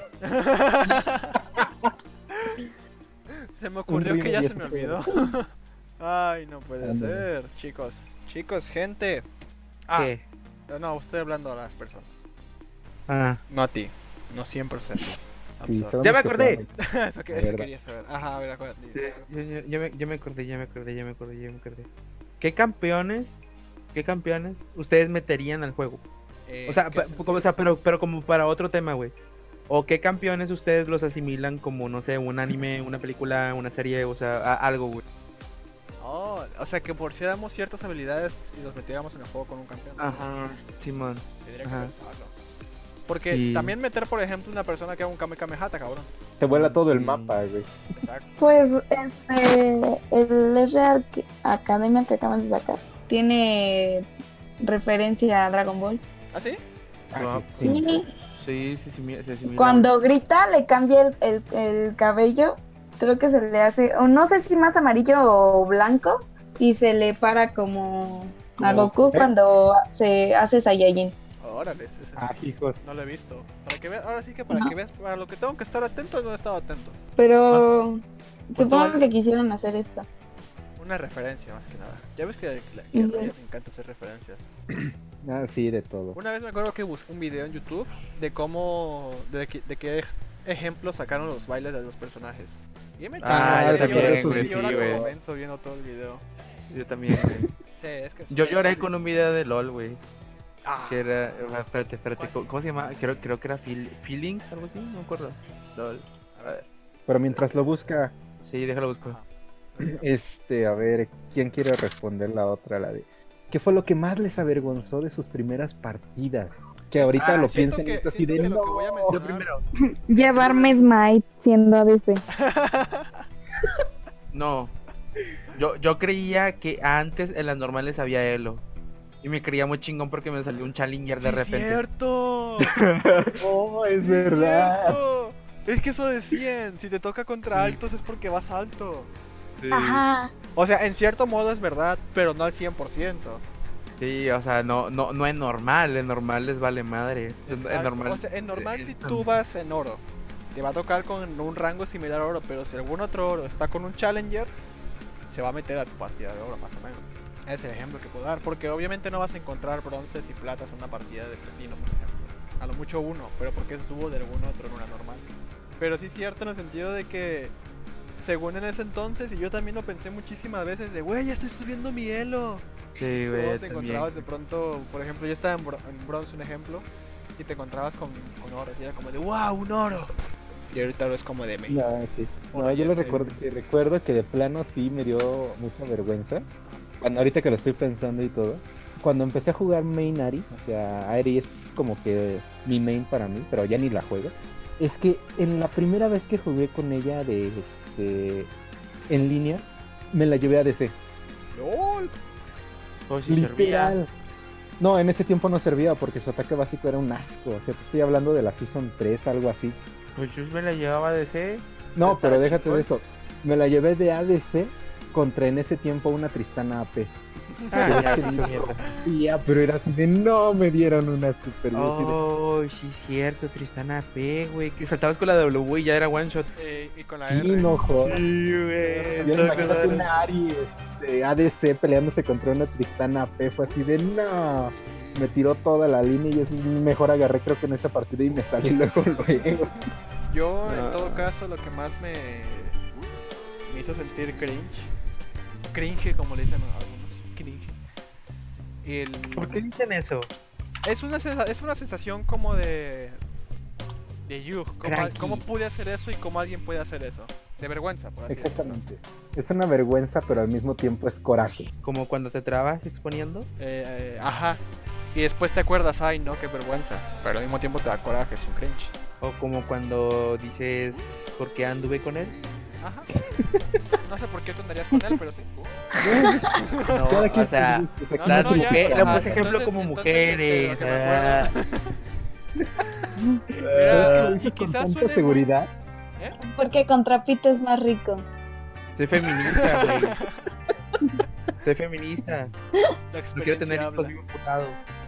Se me ocurrió río que ya y se me eso olvidó. Ay, no puede Ándale. ser, chicos. Chicos, gente. Ah, ¿Qué? no, estoy hablando a las personas. Ah, No a ti. No cien por ciento. I'm Sí, sorry. sabemos Ya me que acordé. fue- eso, que, La eso verdad. quería saber. Ajá, a ver, acuérdate. ya, ya- ya me, ya me acordé, ya me acordé, ya me acordé, ya me acordé. ¿Qué campeones, qué campeones ustedes meterían al juego? Eh, O sea, ¿qué pa- sentido? como, o sea, pero, pero como para otro tema, güey. ¿O qué campeones ustedes los asimilan como, no sé, un anime, una película, una serie, o sea, a- algo, güey? Oh, o sea, que por si damos ciertas habilidades y los metiéramos en el juego con un campeón. Ajá, Simón. Tendría que ajá. pensarlo. Porque Sí. también meter, por ejemplo, una persona que haga un Kame Kamehata, cabrón. Se vuela todo el Sí. mapa, güey. Exacto. Pues este, el R A Academia que acaban de sacar tiene referencia a Dragon Ball. ¿Ah, sí? Ah, Ah, sí, sí. Sí. Sí, sí, sí, se asimila. Cuando grita le cambia el, el, el cabello, creo que se le hace, o no sé si más amarillo o blanco, y se le para como a Como- Goku ¿eh? cuando se hace Saiyajin. Órale, ese, ese- Ah, hijos. no lo he visto. Para que veas, ahora sí que para Ajá. que veas, para lo que tengo que estar atento, no he estado atento. Pero supongo vale? que quisieron hacer esto. Una referencia más que nada. Ya ves que, a- que a Ujú. Ryan le encanta hacer referencias. Ah, sí, de todo. Una vez me acuerdo que busqué un video en YouTube de cómo, de, que- de qué ejemplos sacaron los bailes de los personajes. Y me Ah, yo yo también, lloré, güey, yo sí, lloraba güey. como menso viendo todo el video. Yo también, güey. Sí, es que es Yo una- lloré con un video de LOL, güey. Ah, Que era. Espérate, espérate. ¿Cómo, cómo se llama? Creo, creo que era Feel- Feelings, algo así, no me acuerdo. LOL. A ver. Pero mientras lo busca, Sí, déjalo buscar. Ajá. este, a ver, ¿quién quiere responder la otra? La de ¿qué fue lo que más les avergonzó de sus primeras partidas? Que ahorita Ah, lo siento piensan y que- es así siento de que no. lo que voy a Yo mencionar- primero. Llevarme Smite siendo A D C. No. Yo, yo creía que antes en las normales había Elo. Y me creía muy chingón porque me salió un Challenger de ¡Sí, repente. cierto! Oh, es ¡Sí, verdad. cierto! Es que eso decían, si te toca contra Sí. altos es porque vas alto. Sí. Ajá. O sea, en cierto modo es verdad, pero no al cien por ciento. Sí, o sea, no, no, no es normal, en normal les vale madre. Es, es Exacto. normal. O sea, en normal si eh, tú vas en oro, te va a tocar con un rango similar a oro, pero si algún otro oro está con un challenger, se va a meter a tu partida de oro más o menos. Ese es el ejemplo que puedo dar, porque obviamente no vas a encontrar bronces y platas en una partida de platino, por ejemplo. A lo mucho uno, pero porque estuvo de algún otro en una normal. Pero sí es cierto en el sentido de que, según en ese entonces, y yo también lo pensé muchísimas veces, de güey, ya estoy subiendo mi elo. Sí, Luego güey. te también. encontrabas de pronto, por ejemplo, yo estaba en, bro- en bronce, un ejemplo, y te encontrabas con, con oro, y era como de wow, un oro. Y ahorita oro es como de me. No, sí. No, Oye, yo lo sí. recuerdo, que recuerdo que de plano sí me dio mucha vergüenza. Cuando ahorita que lo estoy pensando y todo. Cuando empecé a jugar main Ari, o sea, Ari es como que mi main para mí, pero ya ni la juego. Es que en la primera vez que jugué con ella de este en línea, me la llevé a D C. ¡Lol! Oh, sí servía. Literal. No, en ese tiempo no servía porque su ataque básico era un asco. O sea, te estoy hablando de la Season tres, algo así. Pues yo me la llevaba de C. No, Está pero déjate chingón. de eso. Me la llevé de A D C contra en ese tiempo una Tristana A P. Ah, ya, que qué no. mierda. Y ya, pero era así de no me dieron una super. yo así de, Oh, sí, cierto, Tristana P, güey. Que saltabas con la W y ya era one shot. Eh, y con la sí, R. no jodas. Sí, Y ahora imagínate una Ari este, A D C peleándose contra una Tristana A P. Fue así de no. Me tiró toda la línea y es mejor agarré creo que en esa partida y me salí luego luego. Yo, en Ah. todo caso, lo que más me, me hizo sentir cringe, cringe como le dicen a algunos, cringe, el, ¿Por qué dicen eso? es, una, sensa- es una sensación como de, de you, como, Cranky. cómo pude hacer eso y cómo alguien puede hacer eso, de vergüenza, por así decirlo. Exactamente. Es una vergüenza, pero al mismo tiempo es coraje. Como cuando te trabas exponiendo. Eh, eh, ajá, y después te acuerdas, ay no, qué vergüenza, pero al mismo tiempo te da coraje, es un cringe. O como cuando dices, ¿por qué anduve con él? Ajá. No sé por qué tú andarías con él, pero sí. No, Cada quien o sea, sus gustos, no, aquí las no, no ya, mujeres, o sea, no puse ejemplo entonces- como entonces, mujeres. este, lo que me ah. ¿Sabes qué lo y dices con quizás tanta suene seguridad? Porque con trapito es más rico. Soy feminista, güey. Soy feminista. La No quiero tener experiencia hijos habla. bien putados.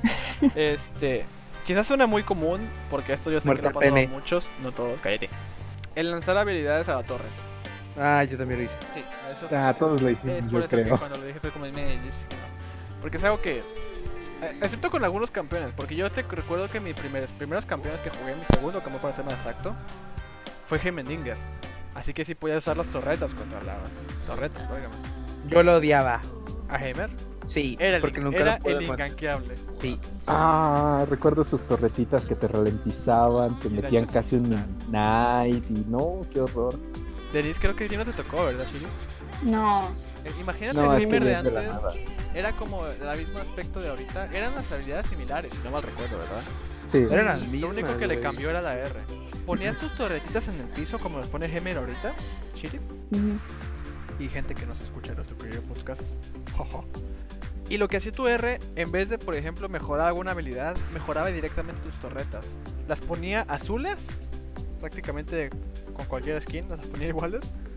Este, quizás suena muy común, porque esto yo sé Muerte que le ha al pasado a pene. muchos, no todos, cállate. El lanzar habilidades a la torre. Ah, yo también lo hice. Sí, eso Ah, todos lo es hicimos, por yo eso que creo. cuando lo dije fue como, "Me dices que no". Porque es algo que, eh, excepto con algunos campeones, porque yo te recuerdo que mis primeros, primeros campeones que jugué, mi segundo campeón para ser más exacto, fue Heimendinger. Así que sí podía usar las torretas contra las torretas, óigame. Yo lo odiaba. A Heimer Sí, era el, porque nunca era lo pude el matar. inganqueable. Sí. Ah, recuerdo sus torretitas que te ralentizaban, te Era metían yo casi un total. midnight y no, qué horror. Denise, creo que a ti no te tocó, ¿verdad, Chili? No. Eh, Imagínate No, el es que Heimer de no es de la antes. nada. Era como el mismo aspecto de ahorita. Eran las habilidades similares, si no mal recuerdo, ¿verdad? Sí, Eran las Lo mismas, único que le güey. cambió era la R. Ponías tus torretitas en el piso como los pone Heimer ahorita, Chile. Ujú. Y gente que nos escucha en nuestro querido podcast. Jojo. Y lo que hacía tu R, en vez de, por ejemplo, mejorar alguna habilidad, mejoraba directamente tus torretas. Las ponía azules, prácticamente con cualquier skin, las ponía iguales.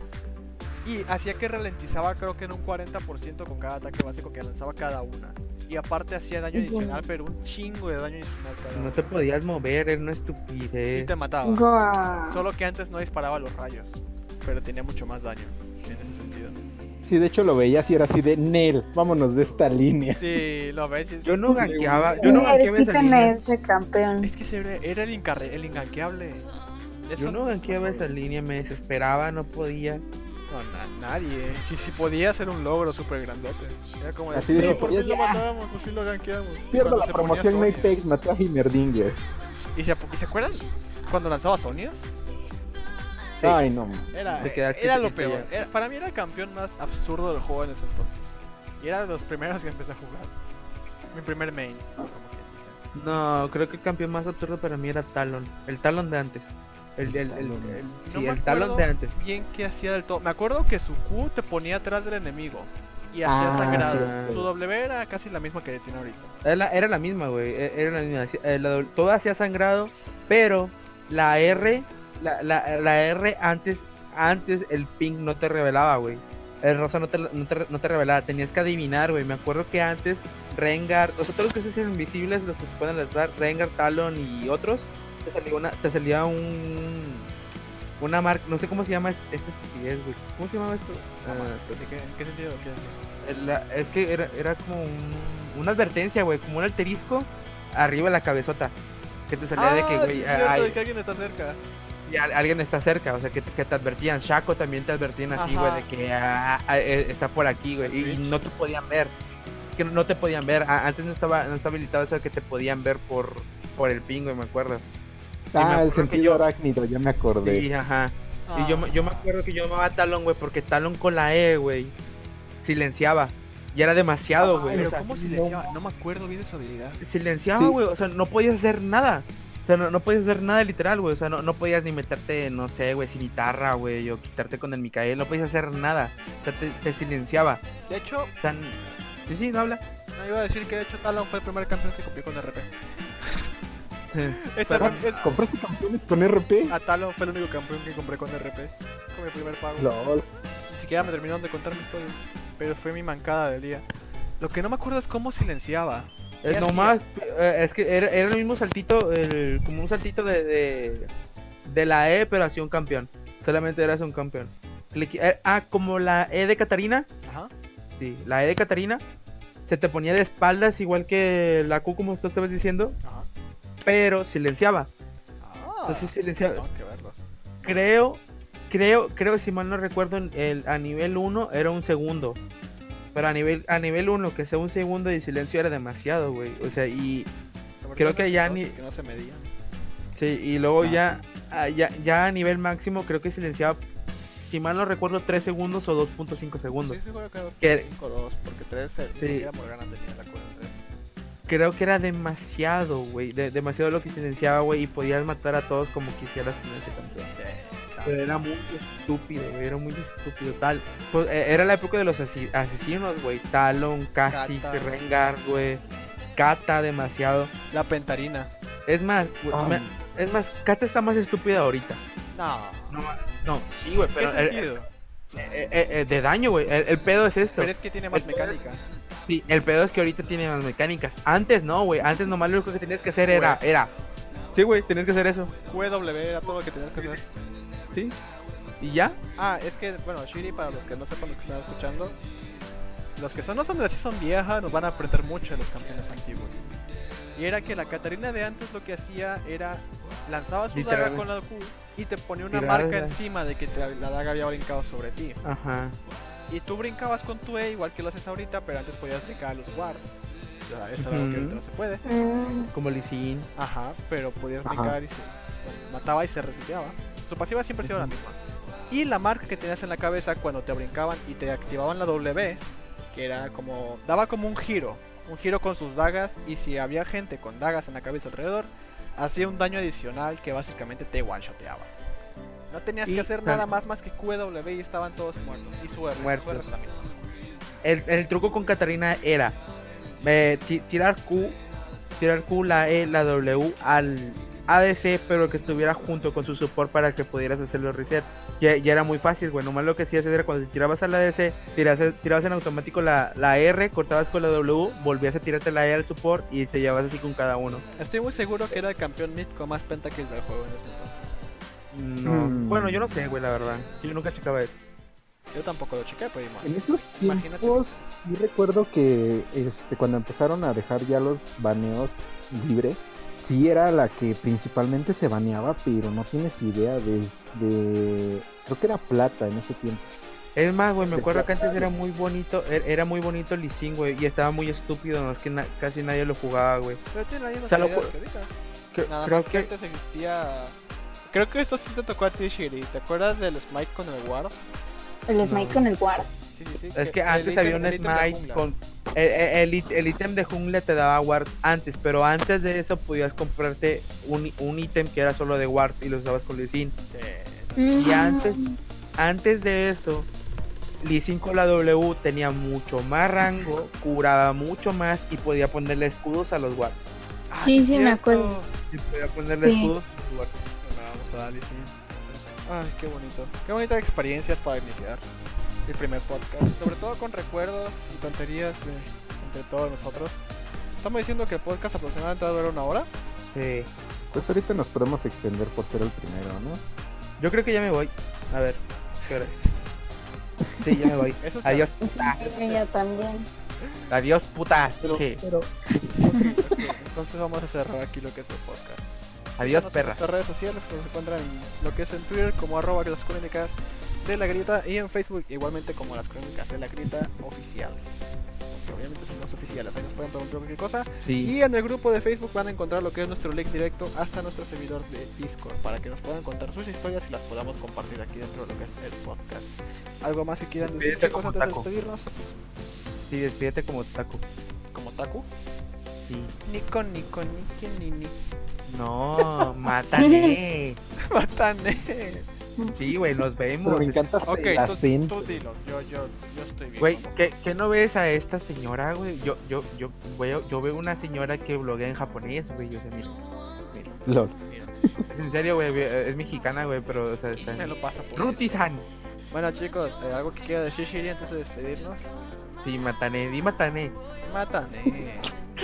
Y hacía que ralentizaba creo que en un cuarenta por ciento con cada ataque básico que lanzaba cada una. Y aparte hacía daño Ujú. adicional, pero un chingo de daño adicional cada No una. te podías mover, era una Y estupidez. te mataba. Guau. Solo que antes no disparaba los rayos, pero tenía mucho más daño en ese sentido. sí, de hecho lo veías y era así de Nel, vámonos de esta línea. Sí, lo ves. y es- Yo no gankeaba, yo no gankeaba esa Quiten a línea. ese campeón. Es que se era, era el, incarre, el inganqueable. Eso Yo no gankeaba esa línea, me desesperaba, no podía. No, na- nadie. Si si podía ser un logro súper grandote. Era como de, Así de, sí, si por podías, fin lo ya. matábamos, por fin lo gankeamos. Y Pierdo cuando la se ponía promoción Sonia. Apex, maté a Heimerdinger. ¿Y se, ¿Y se acuerdan? Cuando lanzaba Sonias. Sí. Ay, no. Era, De quedarte era lo chiquito peor. ya. Era- para mí era el campeón más absurdo del juego en ese entonces. Y era de los primeros que empecé a jugar. Mi primer main, como quien dice. No, creo que el campeón más absurdo para mí era Talon. El Talon de antes. El, el, el, el, el- No sí, me el Talon acuerdo de antes. bien qué hacía del todo. Me acuerdo que su Q te ponía atrás del enemigo y hacía Ah, sagrado. sí. Su W era casi la misma que tiene ahorita. Era la, era la misma, güey. e- Era la misma. Hacía- eh, la doble- todo hacía sangrado, pero la R, la, la, la R antes, antes el ping no te revelaba, güey. El rosa no te, no te, no te revelaba. Tenías que adivinar, güey. Me acuerdo que antes Rengar, o sea, todos los que se hacen invisibles, los que se pueden lanzar, Rengar, Talon y otros, te salía una, te salía un, una marca, no sé cómo se llama es- esta estupidez, güey. ¿Cómo se llama esto? Ah, ¿De qué, ¿En qué sentido quieres eso? el- la- es que era, era como un- una advertencia, güey, como un alterisco arriba de la cabezota. Que te salía de que, güey, sí, es cierto, ay, de que alguien está cerca. y al- alguien está cerca, o sea, que, te- que te advertían. Shaco también te advertían así, güey, Ajá. de que ah, ah, eh, está por aquí, güey, y, y Twitch. no te podían ver. Que no, no te podían ver. A- antes no estaba, no estaba habilitado eso de que te podían ver por, por el ping, güey, me acuerdo. me Ah, acuerdo el que sentido yo- arácnido, ya me acordé. Sí, ajá. Y yo, me- Ah. yo me acuerdo que yo llamaba a Talon, güey, porque Talon con la E, güey, silenciaba. Y era demasiado, güey. Pero o sea, ¿cómo silenciaba? No me acuerdo bien de su habilidad. silenciaba, Sí. güey, o sea, no podías hacer nada. O sea, no, no podías hacer nada literal, güey. O sea, no, no podías ni meterte, no sé, güey, sin guitarra, güey, o quitarte con el Micael. No podías hacer nada. O sea, te, te silenciaba. De hecho, O sea, n- sí, sí, no habla. no iba a decir que de hecho Talon fue el primer campeón que copió con R P. Ese Pero- fue- es- ¿Compraste campeones con R P? a Talon fue el único campeón que compré con R P. Fue mi primer pago. LOL. Ni siquiera me terminaron de contar mi historia. Pero fue mi mancada del día. Lo que no me acuerdo es cómo silenciaba. ¿Qué Es hacía? nomás, eh, es que era, era el mismo saltito, el, como un saltito de, de, de la E, pero hacía un campeón. Solamente eras un campeón. Le qui- eh, ah, como la E de Catarina. Ajá. Sí, la E de Catarina. Se te ponía de espaldas igual que la Q, como tú estabas diciendo, Ajá. pero silenciaba. Ah, Entonces silenciaba. tengo que verlo. Creo, creo, creo, si mal no recuerdo, el, a nivel uno era un segundo. Pero a nivel a nivel uno, que sea un segundo de silencio era demasiado, güey. O sea, y Sobre Creo todo que en ya ese ni- entonces que no se medían. sí, y luego Ah, ya, ah, ya, ya a nivel máximo creo que silenciaba, si mal no recuerdo, tres segundos o dos punto cinco segundos. Sí, seguro que Que- cinco dos, porque tres Sí. ni siquiera Morgana tenía la cuerda tres. Creo que era demasiado, güey. de- demasiado lo que silenciaba, güey. Y podías matar a todos como quisieras con ese campeón. Sí, Pero era muy estúpido, güey. Era muy estúpido. Tal. Pues, eh, era la época de los asi- asesinos, güey. Talon, Kha'Zix, Kata. Rengar, güey. Kata, demasiado. la pentarina. Es más, güey, Ah. me- es más, Kata está más estúpida ahorita. No. No, no, sí, güey, ¿Qué pero. eh, sentido? eh, eh, eh, de daño, güey. El, el pedo es esto. Pero es que tiene más mecánica. Sí, el pedo es que ahorita tiene más mecánicas. Antes no, güey. Antes nomás lo único que tenías que hacer era. era Sí, güey, tenías que hacer eso. Q W era todo lo que tenías que hacer. Sí. ¿Y ya? Ah, es que, bueno, Shiri, para los que no sepan lo que están escuchando, los que son, no son de la season vieja nos van a aprender mucho de los campeones antiguos. Y era que la Catarina de antes lo que hacía era lanzaba su daga Literal. con la Q y te ponía una Tirar marca la- encima de que te- la daga había brincado sobre ti. Ajá. Y tú brincabas con tu E igual que lo haces ahorita, pero antes podías brincar a los guards. O sea, eso era algo que Ujú. ahorita no se puede. Mm, Como Lisin. Ajá, pero podías Ajá. brincar y se bueno, mataba y se reseteaba. Su pasiva siempre ha sido la misma. Y la marca que tenías en la cabeza cuando te brincaban y te activaban la W, que era como. Daba como un giro. Un giro con sus dagas. Y si había gente con dagas en la cabeza alrededor, hacía un daño adicional que básicamente te one-shoteaba. No tenías Y, que hacer o sea, nada más más que Q W y estaban todos muertos. Y su R, su Muertos. R es la misma. El, el truco con Catarina era eh, ti- tirar Q, tirar Q, la E, la W al A D C, pero que estuviera junto con su support para que pudieras hacer los reset. Ya, ya era muy fácil, güey. Nomás lo que hacías era cuando te tirabas a la A D C, tirabas, tirabas en automático la, la R, cortabas con la W, volvías a tirarte la E al support y te llevabas así con cada uno. Estoy muy seguro que era el campeón mid con más pentakills del juego en ese entonces. No. Mm. Bueno, yo no sé, güey, la verdad. Yo nunca checaba eso. Yo tampoco lo chequé, pero igual. En esos Imagínate. tiempos, sí recuerdo que este, cuando empezaron a dejar ya los baneos libres, sí era la que principalmente se baneaba, pero no tienes idea de, de... Creo que era plata en ese tiempo. Es más, güey, me De acuerdo que antes plata. era muy bonito, er- era muy bonito Lee Sin, güey, y estaba muy estúpido, no es que na- casi nadie lo jugaba, güey. Pero tiene la misma O sea, lo calidad cu- que ahorita. Cre- Nada creo más que que antes existía. Creo que esto sí te tocó a ti, Shiri. ¿Te acuerdas del Smite con el Ward? el No. Smite con el guard. Sí, sí, sí. Es que el antes ítem- había un el ítem de smite jungla. con... El, el, el, el ítem de jungla te daba ward antes, pero antes de eso podías comprarte un, un ítem que era solo de ward y lo usabas con Lee Sin. Sí. Y antes, antes de eso, Lee Sin con la W tenía mucho más rango, curaba mucho más y podía ponerle escudos a los wards. Ah, Sí, es sí, me cierto. acuerdo. Y podía ponerle Sí. escudos a los wards. Bueno, vamos a darle, sí. Ay, qué bonito. Qué bonitas experiencias para iniciar el primer podcast. Sobre todo con recuerdos y tonterías de- entre todos nosotros. Estamos diciendo que el podcast aproximadamente va a durar una hora. Sí. Pues ahorita nos podemos extender por ser el primero, ¿no? Yo creo que ya me voy. A ver, ¿qué hora es? Sí, ya me voy. Eso sí. Adiós. Sí, yo también. Adiós, putas. Pero, dije. pero Ok, ok. Entonces vamos a cerrar aquí lo que es el podcast. Adiós, Síganos en perra. nuestras redes sociales que nos encuentran en lo que es en Twitter como arroba las crónicas de la grieta y en Facebook igualmente como las crónicas de la grieta oficial. Porque obviamente son los oficiales, ahí nos pueden preguntar cualquier cosa. Sí. Y en el grupo de Facebook van a encontrar lo que es nuestro link directo hasta nuestro servidor de Discord para que nos puedan contar sus historias y las podamos compartir aquí dentro de lo que es el podcast. ¿Algo más que quieran decir, Despídete chicos, como antes de taco. despedirnos? Sí, despídete como taco. Como Taku. Sí. Nico, Nico, Niki, Nini. No, mátame. Matané. Sí, güey, nos vemos. pero me encanta Ok, el tú, acento. tú dilo, yo, yo, yo estoy bien. Güey, ¿no? ¿qué, ¿qué no ves a esta señora, güey? Yo, yo, yo, veo, yo veo una señora que bloguea en japonés, güey. O sea, mira, mira. Lol. Mira, Es en serio, güey. Es mexicana, güey, pero, o sea, está me en... lo pasa por Ruti-san. Bueno, chicos, eh, algo que quiera decir Shiri antes de despedirnos. Sí, matané, di matané. Matané.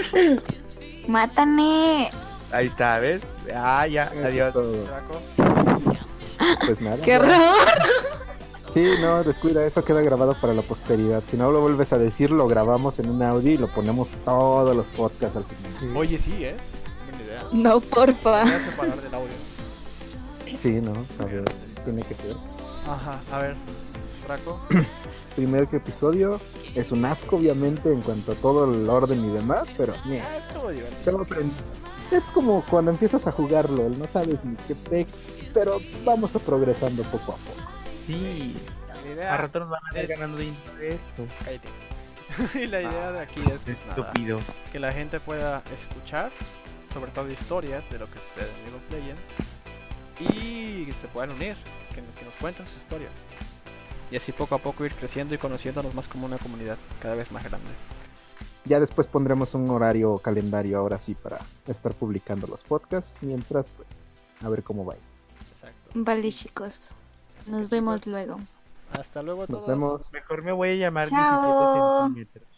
Mátane. Ahí está, ¿ves? Ah, ya, Eso es adiós. todo. Draco. Pues nada. ¡Qué horror! Sí, no, descuida, eso queda grabado para la posteridad. Si no lo vuelves a decir, lo grabamos en un audio y lo ponemos todos los podcasts al final. Oye, sí, eh. Buena idea. No, porfa. Voy a separar del audio. Sí, no, sabe, tiene que ser. Ajá, a ver. Draco. Primer episodio es un asco, obviamente, en cuanto a todo el orden y demás, pero mira, Ah, estuvo te divertido. lo aprendí. Es como cuando empiezas a jugar LOL, no sabes ni qué pex, pero vamos a progresando poco a poco. Sí, La a idea. rato nos van a ir es- ganando dinero de esto. Cállate. Y la idea de aquí es pues, nada, Estúpido. que la gente pueda escuchar, sobre todo historias de lo que sucede en League of Legends, y que se puedan unir, que, que nos cuenten sus historias. Y así poco a poco ir creciendo y conociéndonos más como una comunidad cada vez más grande. Ya después pondremos un horario calendario ahora sí para estar publicando los podcasts, mientras pues a ver cómo va. Exacto. Vale, chicos. Nos vemos luego. Hasta luego a todos. Nos vemos. Mejor me voy a llamar Chao. diecisiete centímetros.